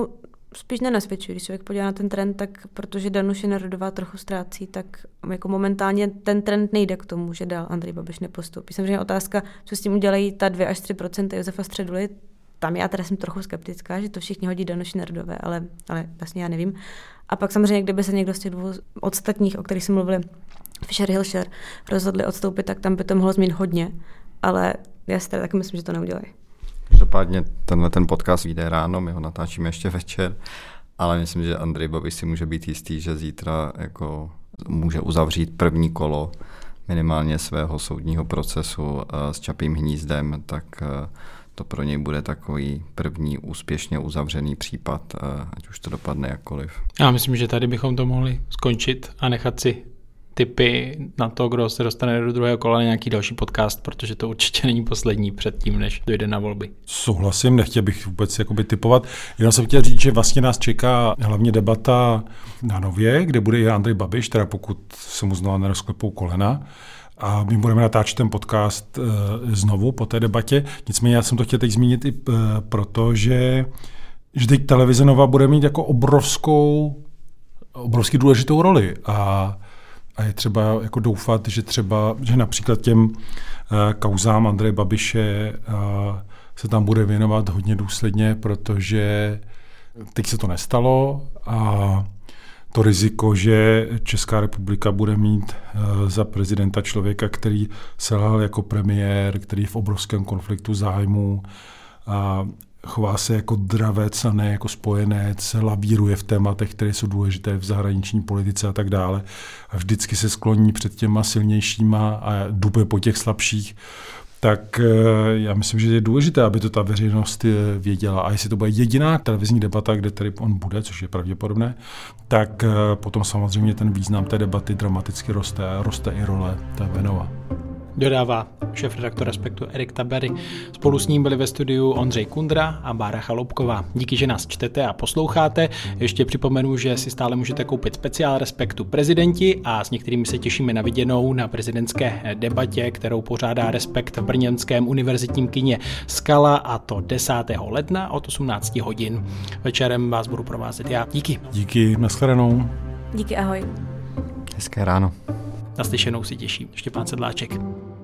C: spíš nenasvědčují. Když člověk podívá na ten trend, tak protože Danuše Nerudová trochu ztrácí, tak jako momentálně ten trend nejde k tomu, že dál Andrej Babiš nepostoupí. Samozřejmě otázka, co s tím udělají ta dva až tři procenta Josefa Středuly, tam já teda jsem trochu skeptická, že to všichni hodí Danuši Nerudové, ale, ale vlastně já nevím. A pak samozřejmě, kdyby se někdo z těch dvou ostatních, o kterých jsme mluvili, Fischer, Hilšer, rozhodli odstoupit, tak tam by to mohlo změnit hodně, ale já si teda taky myslím, že to neudělají.
D: Každopádně tenhle ten podcast vyjde ráno, my ho natáčíme ještě večer, ale myslím, že Andrej Babiš si může být jistý, že zítra jako může uzavřít první kolo minimálně svého soudního procesu s Čapím hnízdem, tak to pro něj bude takový první úspěšně uzavřený případ, ať už to dopadne jakkoliv.
A: Já myslím, že tady bychom to mohli skončit a nechat si tipy na to, kdo se dostane do druhého kola na nějaký další podcast, protože to určitě není poslední předtím, než dojde na volby.
B: Souhlasím, nechtěl bych vůbec jakoby typovat. Jenom jsem chtěl říct, že vlastně nás čeká hlavně debata na Nově, kde bude i Andrej Babiš, teda pokud se mu znovu nerozklepou kolena. A my budeme natáčet ten podcast e, znovu po té debatě. Nicméně já jsem to chtěl teď zmínit i e, proto, že, že teď televize Nova bude mít jako obrovskou, obrovsky důležitou roli. A A je třeba jako doufat, že třeba, že například těm uh, kauzám Andreje Babiše uh, se tam bude věnovat hodně důsledně, protože teď se to nestalo a to riziko, že Česká republika bude mít uh, za prezidenta člověka, který selhal jako premiér, který je v obrovském konfliktu zájmů a chová se jako dravec a ne jako spojenec, lavíruje v tématech, které jsou důležité v zahraniční politice a tak dále. A vždycky se skloní před těma silnějšíma a dupe po těch slabších. Tak já myslím, že je důležité, aby to ta veřejnost věděla. A jestli to bude jediná televizní debata, kde tady on bude, což je pravděpodobné, tak potom samozřejmě ten význam té debaty dramaticky roste a roste i role té Venova.
A: Dodává šéfredaktor Respektu Erik Tabery. Spolu s ním byli ve studiu Ondřej Kundra a Bára Chaloupková. Díky, že nás čtete a posloucháte. Ještě připomenu, že si stále můžete koupit speciál Respektu prezidenti a s některými se těšíme na viděnou na prezidentské debatě, kterou pořádá Respekt v brněnském univerzitním kině Skala, a to desátého ledna od osmnáct hodin. Večerem vás budu provázet já. Díky.
B: Díky, nashledanou.
C: Díky, ahoj.
D: Hezké ráno.
A: Naslyšenou si těší Štěpán Sedláček.